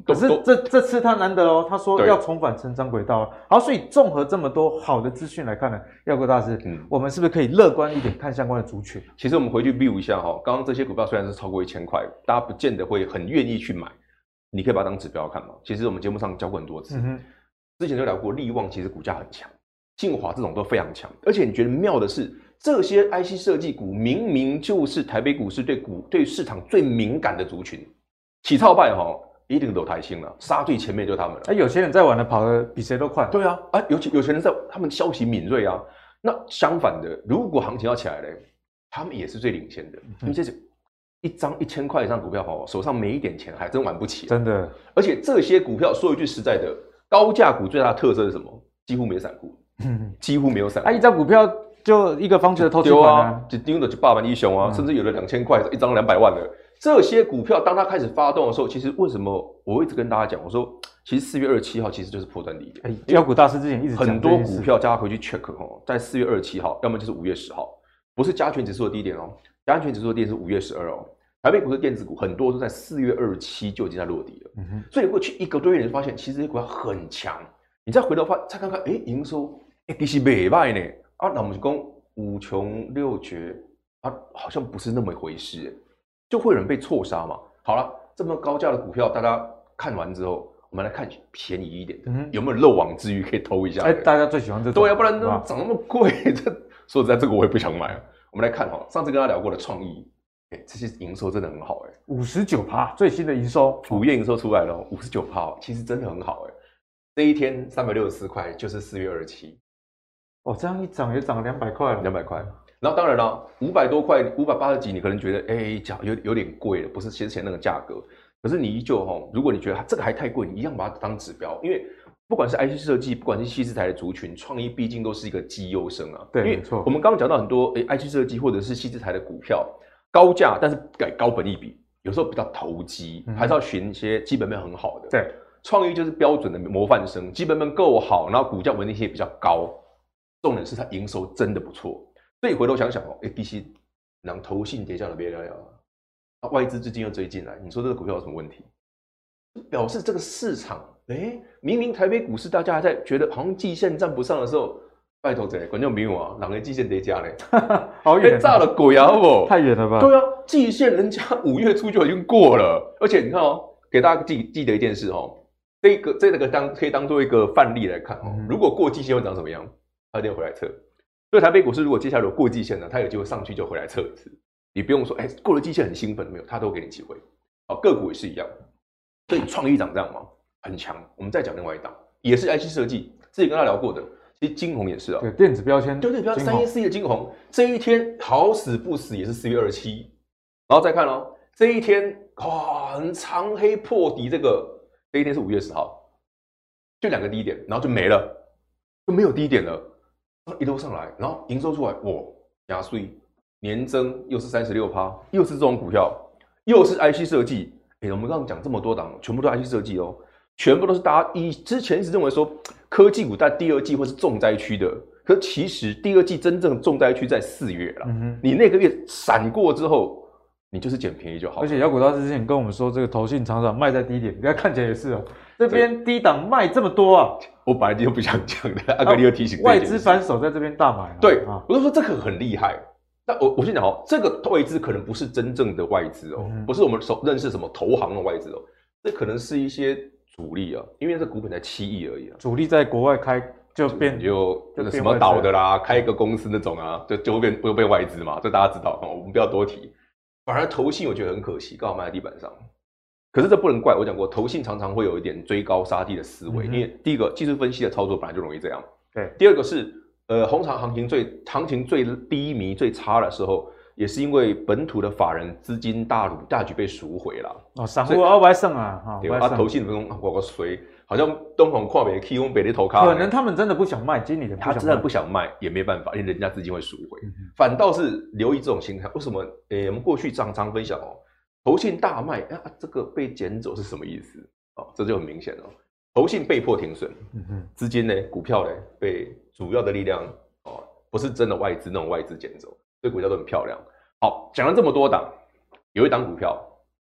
可是这次他难得哦，他说要重返成长轨道。好，所以综合这么多好的资讯来看呢，耀国大师，我们是不是可以乐观一点看相关的族群？ 其实我们回去 view 一下哈，刚刚这些股票虽然是超过1000块，大家不见得会很愿意去买，你可以把它当指标看嘛。其实我们节目上教过很多次，之前就聊过，力旺其实股价很强，晋华这种都非常强，而且你觉得妙的是，这些 IC 设计股明明就是台北股市对市场最敏感的族群，起操败哈。一定都台新了，杀最前面就是他们了。 有些人在玩的跑得比谁都快。 对啊，有些人在他们消息敏锐啊。那相反的，如果行情要起来嘞，他们也是最领先的，因为这是一张1000块以上股票跑，手上没一点钱还真玩不起。 真的， 而且这些股票说一句实在的，高价股最大的特色是什么？几乎没散户，几乎没有散户。 一张股票就一个房子的投资款啊， 就丢的就8万1雄啊，甚至有的2000块一张200万的。这些股票当它开始发动的时候，其实为什么我一直跟大家讲，我说其实4月27号其实就是波段低点。 妖股大师之前一直讲很多股票，大家回去 check 哦，在4月27号，要么就是5月10号，不是加权指数的低点哦，加权指数的低点是5月12哦。台北股市电子股很多都在4月27就已经在落底了，所以过去1个多月你就发现，其实这些股票很强。你再回头再看看，营收其实不错呢啊，那我们就讲5穷6绝啊，好像不是那么一回事。就会有人被错杀嘛。好了，这么高价的股票，大家看完之后，我们来看便宜一点的，有没有漏网之鱼可以偷一下？ 大家最喜欢这种， 对，要不然涨那么贵，说实在，这个我也不想买了。我们来看哈，上次跟他聊过的创意，这些营收真的很好 59%，最新的营收 ，5月营收出来了，59%，其实真的很好这一天364块就是4月27， 这样一涨也涨了200块了 ，200块。然后当然了，500多块，580几，你可能觉得有点贵了，不是之前那个价格。可是你依旧如果你觉得这个还太贵，你一样把它当指标，因为不管是 IC 设计，不管是矽智财的族群，创意毕竟都是一个绩优生啊。 对， 没错。我们刚刚讲到很多IC 设计或者是矽智财的股票，高价但是改高本益比，有时候比较投机，还是要选一些基本面很好的。 对， 创意就是标准的模范生，基本面够好，然后股价稳定性也比较高，重点是它营收真的不错。所以回头想想其实让投信跌价了别聊聊外资资金又追进来，你说这个股票有什么问题？表示这个市场，明明台北股市大家还在觉得好像季线站不上的时候，拜托观众朋友啊，哪个季线跌价嘞？ 好远， 炸了鬼啊！不， 太远了吧？ 对啊，季线人家5月初就已经过了，而且你看给大家记得一件事这个可以当做一个范例来看如果过季线会长什么样，它一定回来测。所以台北股市如果接下来有过季线呢，它有机会上去就回来测一次，你不用说过了季线很兴奋，没有，它都给你机会。个股也是一样，所以创意涨这样嘛，很强。我们再讲另外一档，也是 IC 设计，之前跟他聊过的，其实金鸿也是对，电子标签， 对，314的金鸿，这一天好死不死也是4月27，然后再看这一天很长黑破底，这一天是5月10号，就2个低点，然后就没了，就没有低点了。一路上来，然后营收出来，压碎，年增又是36%，又是这种股票，又是 IC 设计。我们刚刚讲这么多档，全部都 IC 设计全部都是大家之前一直认为说科技股在第二季会是重灾区的，可其实第二季真正重灾区在4月了。你那个月闪过之后，你就是捡便宜就好。 而且妖股大师之前跟我们说，这个投信常常卖在低点，你看看起来也是这边低档卖这么多啊。 我本来就不想讲的，阿格力又提醒外资反手在这边大买。 对，我就说这个很厉害。那我先讲这个外资可能不是真正的外资不是我们认识什么投行的外资这可能是一些主力因为这股本才7亿而已主力在国外开就变什么岛的啦，开一个公司那种就会变外资嘛，这大家知道我们不要多提。反而投信我觉得很可惜，刚好卖在地板上。可是这不能怪，我讲过，投信常常会有一点追高杀低的思维，因为第一个技术分析的操作本来就容易这样。 对， 第二个是红场行情最低迷最差的时候，也是因为本土的法人资金大举被赎回了。 散户不爱剩对投信分工我随，好像东红跨北 K 用北的头卡， 可能他们真的不想卖，经理人他真的不想卖也没办法，因为人家资金会赎回。反倒是留意这种心态，为什么？我们过去常分享投信大卖这个被捡走是什么意思这就很明显投信被迫停损，资金呢，股票呢被主要的力量不是真的外资那种外资捡走，所以股价都很漂亮。好，讲了这么多档，有一档股票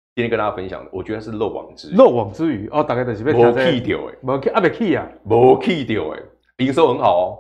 今天跟大家分享的，我觉得是漏网之鱼。 漏网之鱼哦，大概就是被没去掉哎， 没去啊，没去啊， 没去掉哎，营收很好哦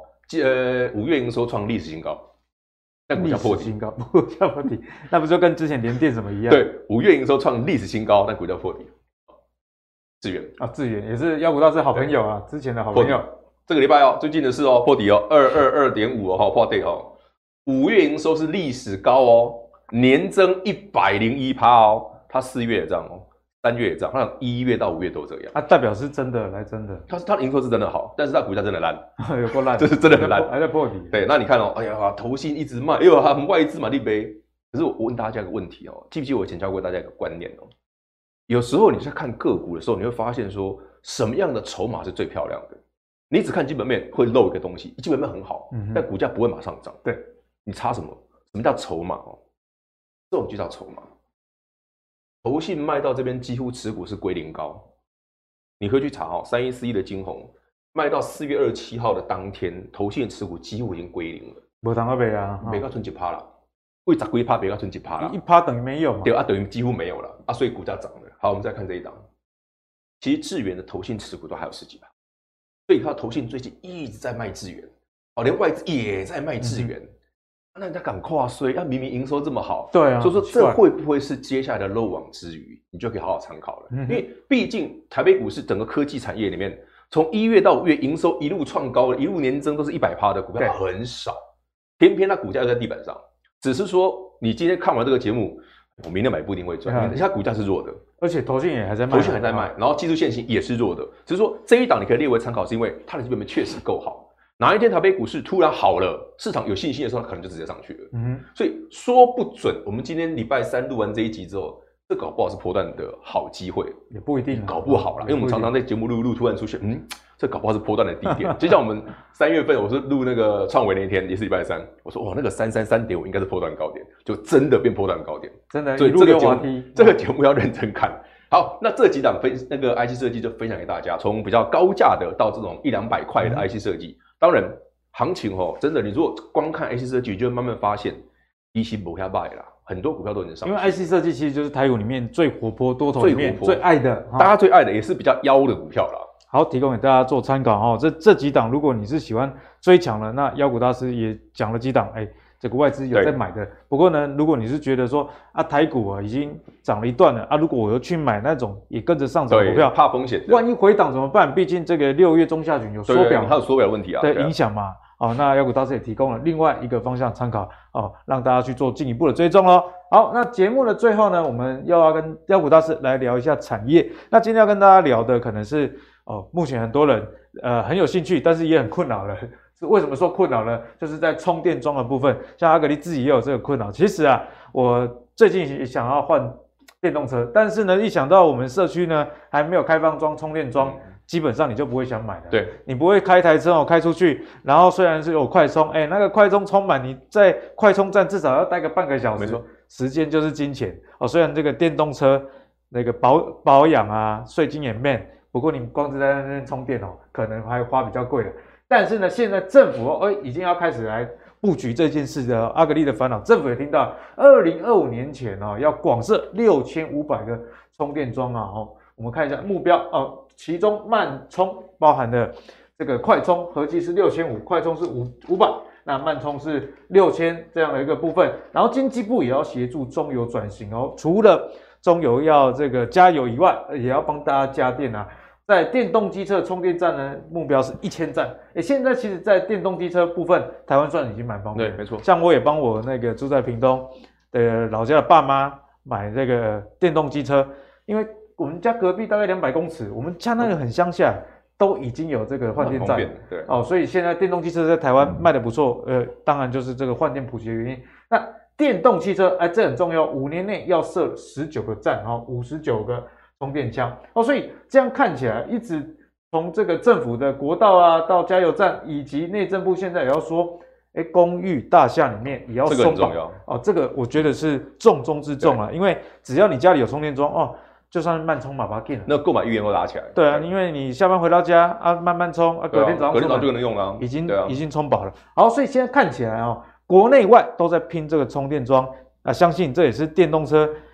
，5月营收创历史新高，但股价破底， 新高，股价破底，那不就跟之前联电什么一样？ 对，5月营收创历史新高，但股价破底。智原啊，智原也是妖股大师好朋友啊，之前的好朋友。 这个礼拜哦，最近的事哦，破底哦，222.5哦，破底哦。5月营收是历史高哦，年增101%哦，它4月也这样哦，3月也这样，它1月到5月都这样。 它代表是真的来真的， 它的营收是真的好，但是它股价真的烂， 有够烂， 这是真的很烂， 还在破底。 对，那你看哦，哎呀，投信一直卖，哎呦，他们外资买一杯。可是我问大家一个问题哦，记不记得我以前教过大家一个观念哦？有时候你在看个股的时候，你会发现说什么样的筹码是最漂亮的。你只看基本面会漏一个东西，基本面很好，但股价不会马上涨。 对， 你差什么？什么叫筹码哦？这种就叫筹码。投信卖到这边几乎持股是归零高，你可以去查哦，3141的金鸿卖到4月27号的当天，投信的持股几乎已经归零了， 没谈到卖啊， 没到存1%了，为10几%没到存1%了 ，1%等于没有嘛？ 对啊，等于几乎没有了啊，所以股价涨了。好，我们再看这一档，其实智原的投信持股都还有10几%，所以它的投信最近一直在卖智原，哦，连外资也在卖智原。那人家敢跨税，明明营收这么好， 对啊， 所以说这会不会是接下来的漏网之鱼？你就可以好好参考了。因为毕竟台北股市整个科技产业里面，从1月到5月营收一路创高的，一路年增都是100%的股票很少，偏偏它股价又在地板上。只是说你今天看完这个节目，我明天买不一定会赚，因为它股价是弱的， 而且投信也还在卖， 投信还在卖，然后技术线型也是弱的。只是说这一档你可以列为参考，是因为它的基本面确实够好。哪一天台北股市突然好了，市场有信心的时候，它可能就直接上去了。所以说不准，我们今天礼拜3录完这一集之后，这搞不好是波段的好机会， 也不一定， 搞不好啦。因为我们常常在节目录突然出现，这搞不好是波段的低点。就像我们3月份我是录那个创维那一天，也是礼拜3，我说哇，那个333.5应该是波段高点，就真的变波段高点， 真的。 所以这个节目要认真看。好，那这几档那个 IC 设计就分享给大家，从比较高价的到这种100-200块的 IC 设计。当然，行情真的，你如果光看 IC 设计，就会慢慢发现一心不下败啦，很多股票都已经上去。 因为 IC 设计其实就是台股里面最活泼、多头里面最爱的， 大家最爱的，也是比较妖的股票啦。 好，提供给大家做参考哦。这几档，如果你是喜欢追强的，那妖股大师也讲了几档，这个外资有在买的。不过呢，如果你是觉得说台股已经涨了一段了如果我又去买那种也跟着上涨的股票， 怕风险， 万一回档怎么办？毕竟这个6月中下旬有缩表， 它有缩表问题的影响嘛。那妖股大师也提供了另外一个方向参考让大家去做进一步的追踪咯。好，那节目的最后呢，我们要跟妖股大师来聊一下产业。那今天要跟大家聊的可能是目前很多人很有兴趣，但是也很困扰了。是为什么说困扰呢？就是在充电桩的部分，像阿格力自己也有这个困扰。其实我最近也想要换电动车，但是呢，一想到我们社区呢还没有开放装充电桩，基本上你就不会想买的。 对， 你不会开一台车开出去，然后虽然是有快充，那个快充充满，你在快充站至少要待个半个小时， 没错， 时间就是金钱虽然这个电动车那个保养税金也慢，不过你光是在那边充电可能还花比较贵的。但是呢，现在政府已经要开始来布局这件事的。阿格力的烦恼，政府也听到2025年前要广设6500个充电桩我们看一下目标其中慢充包含的这个快充合计是6500，快充是500，那慢充是6000这样的一个部分。然后经济部也要协助中油转型除了中油要这个加油以外，也要帮大家加电在电动机车充电站呢，目标是1000站。现在其实，在电动机车部分，台湾算已经蛮方便。 对，没错。 像我也帮我那个住在屏东的老家的爸妈买这个电动机车，因为我们家隔壁大概200公尺，我们家那个很乡下，都已经有这个换电站。 对所以现在电动汽车在台湾卖得不错。当然就是这个换电普及的原因。那电动汽车，这很重要，5年内要设19个站，59个。充电枪所以这样看起来，一直从这个政府的国道到加油站，以及内政部现在也要说，公寓大厦里面也要松绑， 这个很重要这个我觉得是重中之重因为只要你家里有充电桩就算慢充嘛，把它给了， 那购买意愿会拉起来。 对因为你下班回到家慢慢充隔天早上就能用了， 已经充饱了。好，所以现在看起来国内外都在拼这个充电桩相信这也是电动车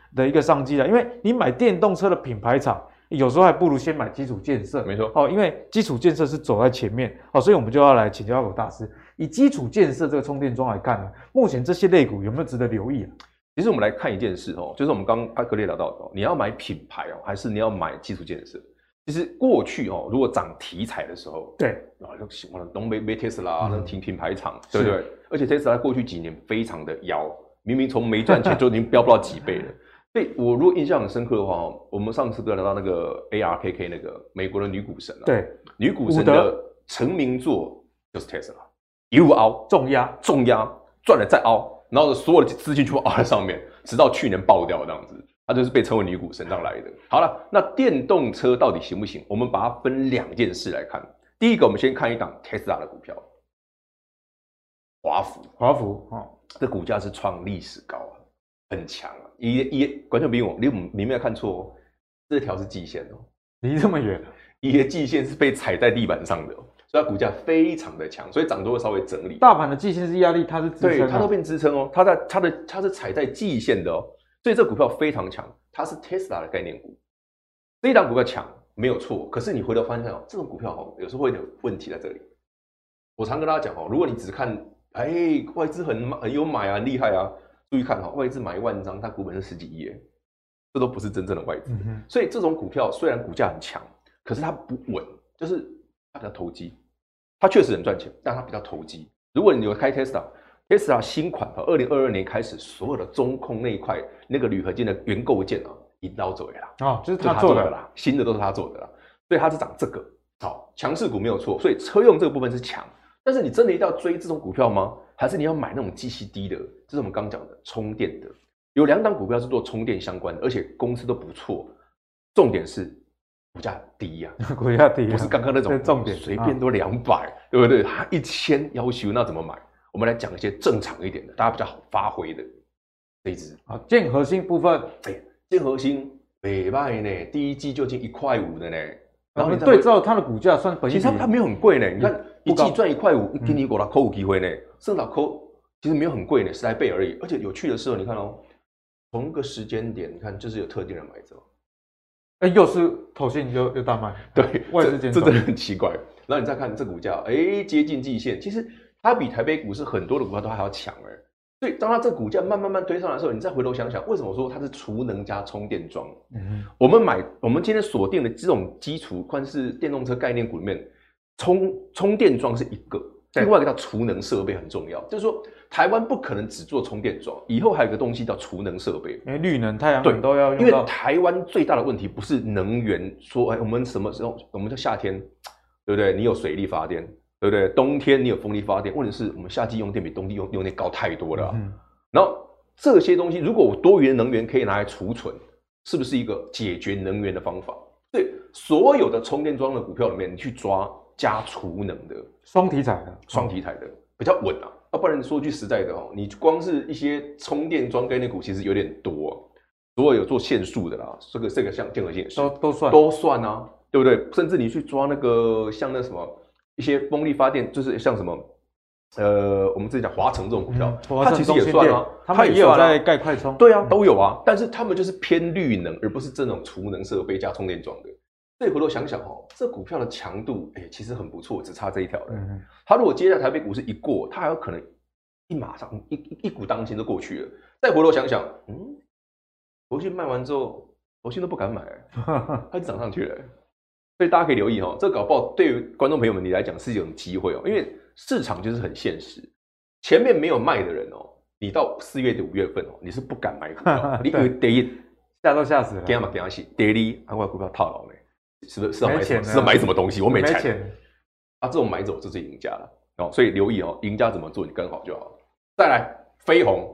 的一个商机了，因为你买电动车的品牌厂。有时候还不如先买基础建设， 没错哦，因为基础建设是走在前面，哦，所以我们就要来请教狗大师，以基础建设这个充电桩来看呢，目前这些类股有没有值得留意啊？ 其实我们来看一件事哦，就是我们刚刚格列聊到的哦，你要买品牌哦，还是你要买基础建设？其实过去哦，如果涨题材的时候， 对啊，就喜欢东北 Tesla 那品牌厂，对不对？而且 Tesla 过去几年非常的妖，明明从没赚钱就已经飙不到几倍了。所以我如果印象很深刻的话，我们上次都聊到那个 ARKK 那个美国的女股神啊， 对， 女股神的成名作就是 Tesla， 一路凹，重压，赚了再凹，然后所有的资金全部凹在上面，直到去年爆掉这样子，她就是被称为女股神上来的。好了，那电动车到底行不行？我们把它分2件事来看。第一个，我们先看一档 Tesla 的股票，华孚哦，这股价是创历史高啊，很强啊。观众朋友，你没有看错哦，这条是季线哦， 离这么远， 一的季线是被踩在地板上的哦，所以它股价非常的强，所以涨多会稍微整理。 大盘的季线是压力，它是支撑， 对，它都变支撑哦，它是踩在季线的哦，所以这股票非常强，它是 Tesla 的概念股。这一档股票强没有错，可是你回头发现哦，这种股票哦，有时候会有问题在这里。我常跟大家讲哦，如果你只看外资很有买啊，很厉害啊。注意看哈，外资买1万张，它股本是10几亿耶，这都不是真正的外资。所以这种股票虽然股价很强，可是它不稳，就是它比较投机。它确实很赚钱，但它比较投机。如果你有开 Tesla 新款2022年开始，所有的中控那一块那个铝合金的原构件啊，一刀走了啦。 哦，就是他做的啦，新的都是他做的啦。所以它是涨这个，好，强势股没有错。所以车用这个部分是强，但是你真的一定要追这种股票吗？还是你要买那种绩息低的？这是我们刚讲的充电的，有2档股票是做充电相关的，而且公司都不错。重点是股价低呀， 股价低， 不是刚刚那种重点随便都200，对不对？它1000要求那怎么买？我们来讲一些正常一点的，大家比较好发挥的这一支啊，建核心部分， 建核心没卖呢，第一季就进1.5块的呢。 然后你对照它的股价算本益比， 其实它没有很贵呢。你看一季赚1.5块，一天你给它扣5机会呢，剩少扣其实没有很贵呢，10来倍而已。而且有趣的是哦，你看哦，同个时间点，你看就是有特定人买走， 又是投信又大卖， 对， 外资减少， 这真的很奇怪。然后你再看这股价，接近季线，其实它比台北股市很多的股票都还要强哎。所以当它这股价慢慢推上来的时候，你再回头想想，为什么说它是储能加充电桩？我们今天锁定的这种基础，算是电动车概念股里面，充电桩是一个，另外一个叫储能设备很重要。就是说，台湾不可能只做充电桩，以后还有一个东西叫储能设备， 因为绿能、太阳能都要用到。 因为台湾最大的问题不是能源，说我们什么时候，我们叫夏天，对不对？你有水力发电。对不对？冬天你有风力发电，问题是我们夏季用电比冬季用电高太多了。然后这些东西，如果我多余的能源可以拿来储存，是不是一个解决能源的方法？所以所有的充电桩的股票里面，你去抓加储能的双题材的比较稳啊。要不然说句实在的哦，你光是一些充电桩概念股其实有点多，所有有做线束的啦，这个像建核心也是都算啊，对不对？甚至你去抓那个像那什么。一些风力发电就是像什么，我们之前讲华城这种股票，它其实也算啊， 他们也有在盖快充， 对啊，都有啊，但是他们就是偏绿能，而不是这种储能设备加充电桩的。所以回头想想哦，这股票的强度，其实很不错，只差这一条了。它如果接下来台北股市一过，它还有可能马上一股当先就过去了。再回头想想，投信卖完之后，投信都不敢买，它就涨上去了。所以大家可以留意这搞不好对于观众朋友们你来讲是一种机会因为市场就是很现实，前面没有卖的人你到4月底5月份你是不敢买股票，你以为第一吓都吓死了， 给他洗，第二我股票套牢是要买什么东西？我没钱啊，这种买走就是赢家了所以留意赢家怎么做你跟好就好。再来飞鸿，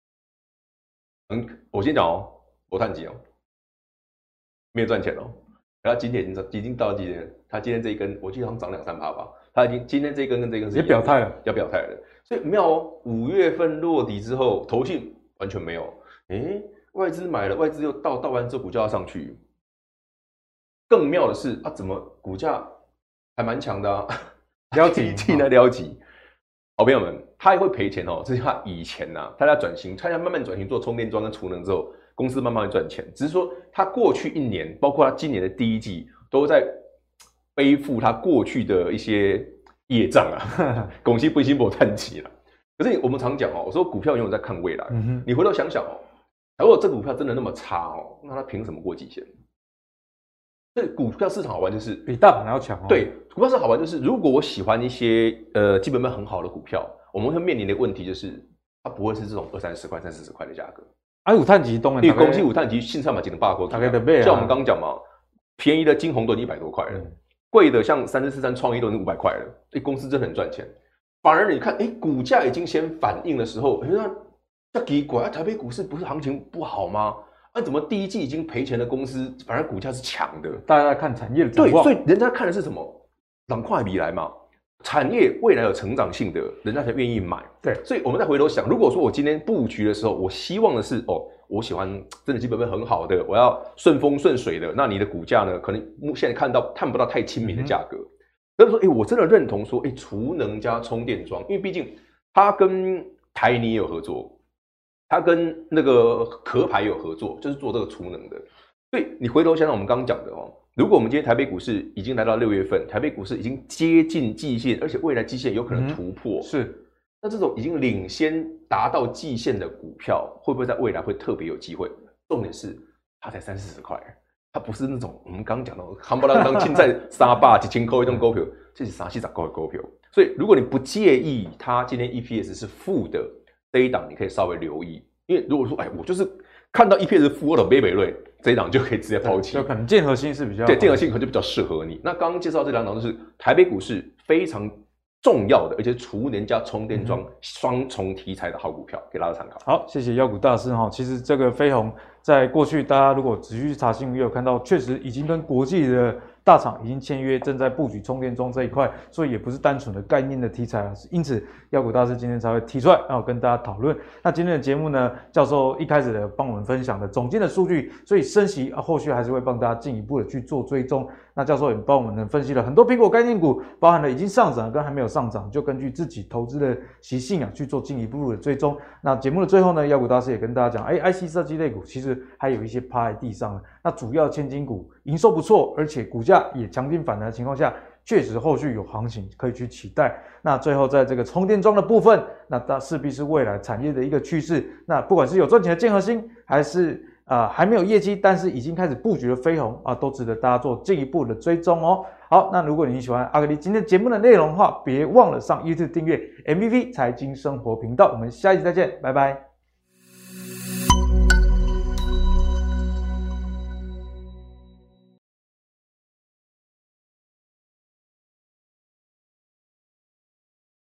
我先讲我探级没有赚钱然后今天已经到几点？他今天这一根，我记得好像涨2-3%吧。他已经今天这一根跟这一根是也表态了， 要表态了。所以妙5月份落底之后，投信完全没有。外资买了，外资又到完之后股价要上去。更妙的是怎么股价还蛮强的撩级进来撩级。好朋友们，他也会赔钱这是他以前他在转型，他在慢慢转型做充电桩跟储能之后， 公司慢慢会赚钱，只是说它过去1年，包括它今年的第1季，都在背负它过去的一些业障啊，公司不心不叹气了。可是我们常讲哦，我说股票永远在看未来。你回头想想哦，如果这个股票真的那么差哦，那它凭什么过季线？所以股票市场好玩就是比大盘还要强哦。 对，股票市场好玩就是，如果我喜欢一些基本面很好的股票，我们会面临的问题就是，它不会是这种20-30块、30-40块的价格。 有碳基当然， 因为公司有碳基，现在嘛只能8块。 大概的倍啊。 像我们刚刚讲嘛，便宜的金红都已经100多块了，贵的像3443创意都已经500块了。公司真的很赚钱。反而你看，股价已经先反应的时候，那奇怪，台北股市不是行情不好吗？怎么第1季已经赔钱的公司，反而股价是强的？ 大家在看产业的展望。 对，所以人家看的是什么？赶快比来嘛，产业未来有成长性的，人家才愿意买。 对， 所以我们再回头想，如果说我今天布局的时候，我希望的是我喜欢真的基本面很好的，我要顺风顺水的，那你的股价呢，可能现在看不到太亲民的价格。所以说，我真的认同说，储能加充电桩，因为毕竟它跟台泥也有合作，它跟那个壳牌有合作，就是做这个储能的。所以你回头想想我们刚刚讲的如果我们今天台北股市已经来到6月份，台北股市已经接近季线，而且未来季线有可能突破， 是。 那这种已经领先达到季线的股票，会不会在未来会特别有机会？重点是它才30-40块。它不是那种我们刚刚讲的夯不啷当现在300-1000块一种股票，这是30-40块的股票。所以如果你不介意它今天 EPS 是负的这一档，你可以稍微留意。因为如果说我就是看到 EPS 负我的北瑞这一档就可以直接抛弃， 就可能建和心是比较对，建和心可能就比较适合你。那刚刚介绍这2档就是台北股市非常重要的，而且储能加充电桩双重题材的好股票，给大家参考。 好，谢谢妖股大师哈。其实这个飞鸿在过去，大家如果仔细去查新闻，也有看到，确实已经跟国际的大厂已经签约，正在布局充电桩这一块，所以也不是单纯的概念的题材啊。因此，妖股大师今天才会提出来，然后跟大家讨论。那今天的节目呢，教授一开始的帮我们分享的总经的数据，所以升息后续还是会帮大家进一步的去做追踪。那教授也帮我们分析了很多苹果概念股，包含了已经上涨跟还没有上涨，就根据自己投资的习性去做进一步的追踪。那节目的最后呢，妖股大师也跟大家讲，IC 设计类股其实还有一些趴在地上了。那主要千金股营收不错，而且股价也强劲反弹的情况下，确实后续有行情可以去期待。那最后在这个充电桩的部分，那它势必是未来产业的一个趋势。那不管是有赚钱的建和兴，还是还没有业绩，但是已经开始布局的飞鸿都值得大家做进一步的追踪哦。好，那如果你喜欢阿格力今天节目的内容的话，别忘了上 YouTube 订阅 MVP 财经生活频道。我们下一集再见，拜拜。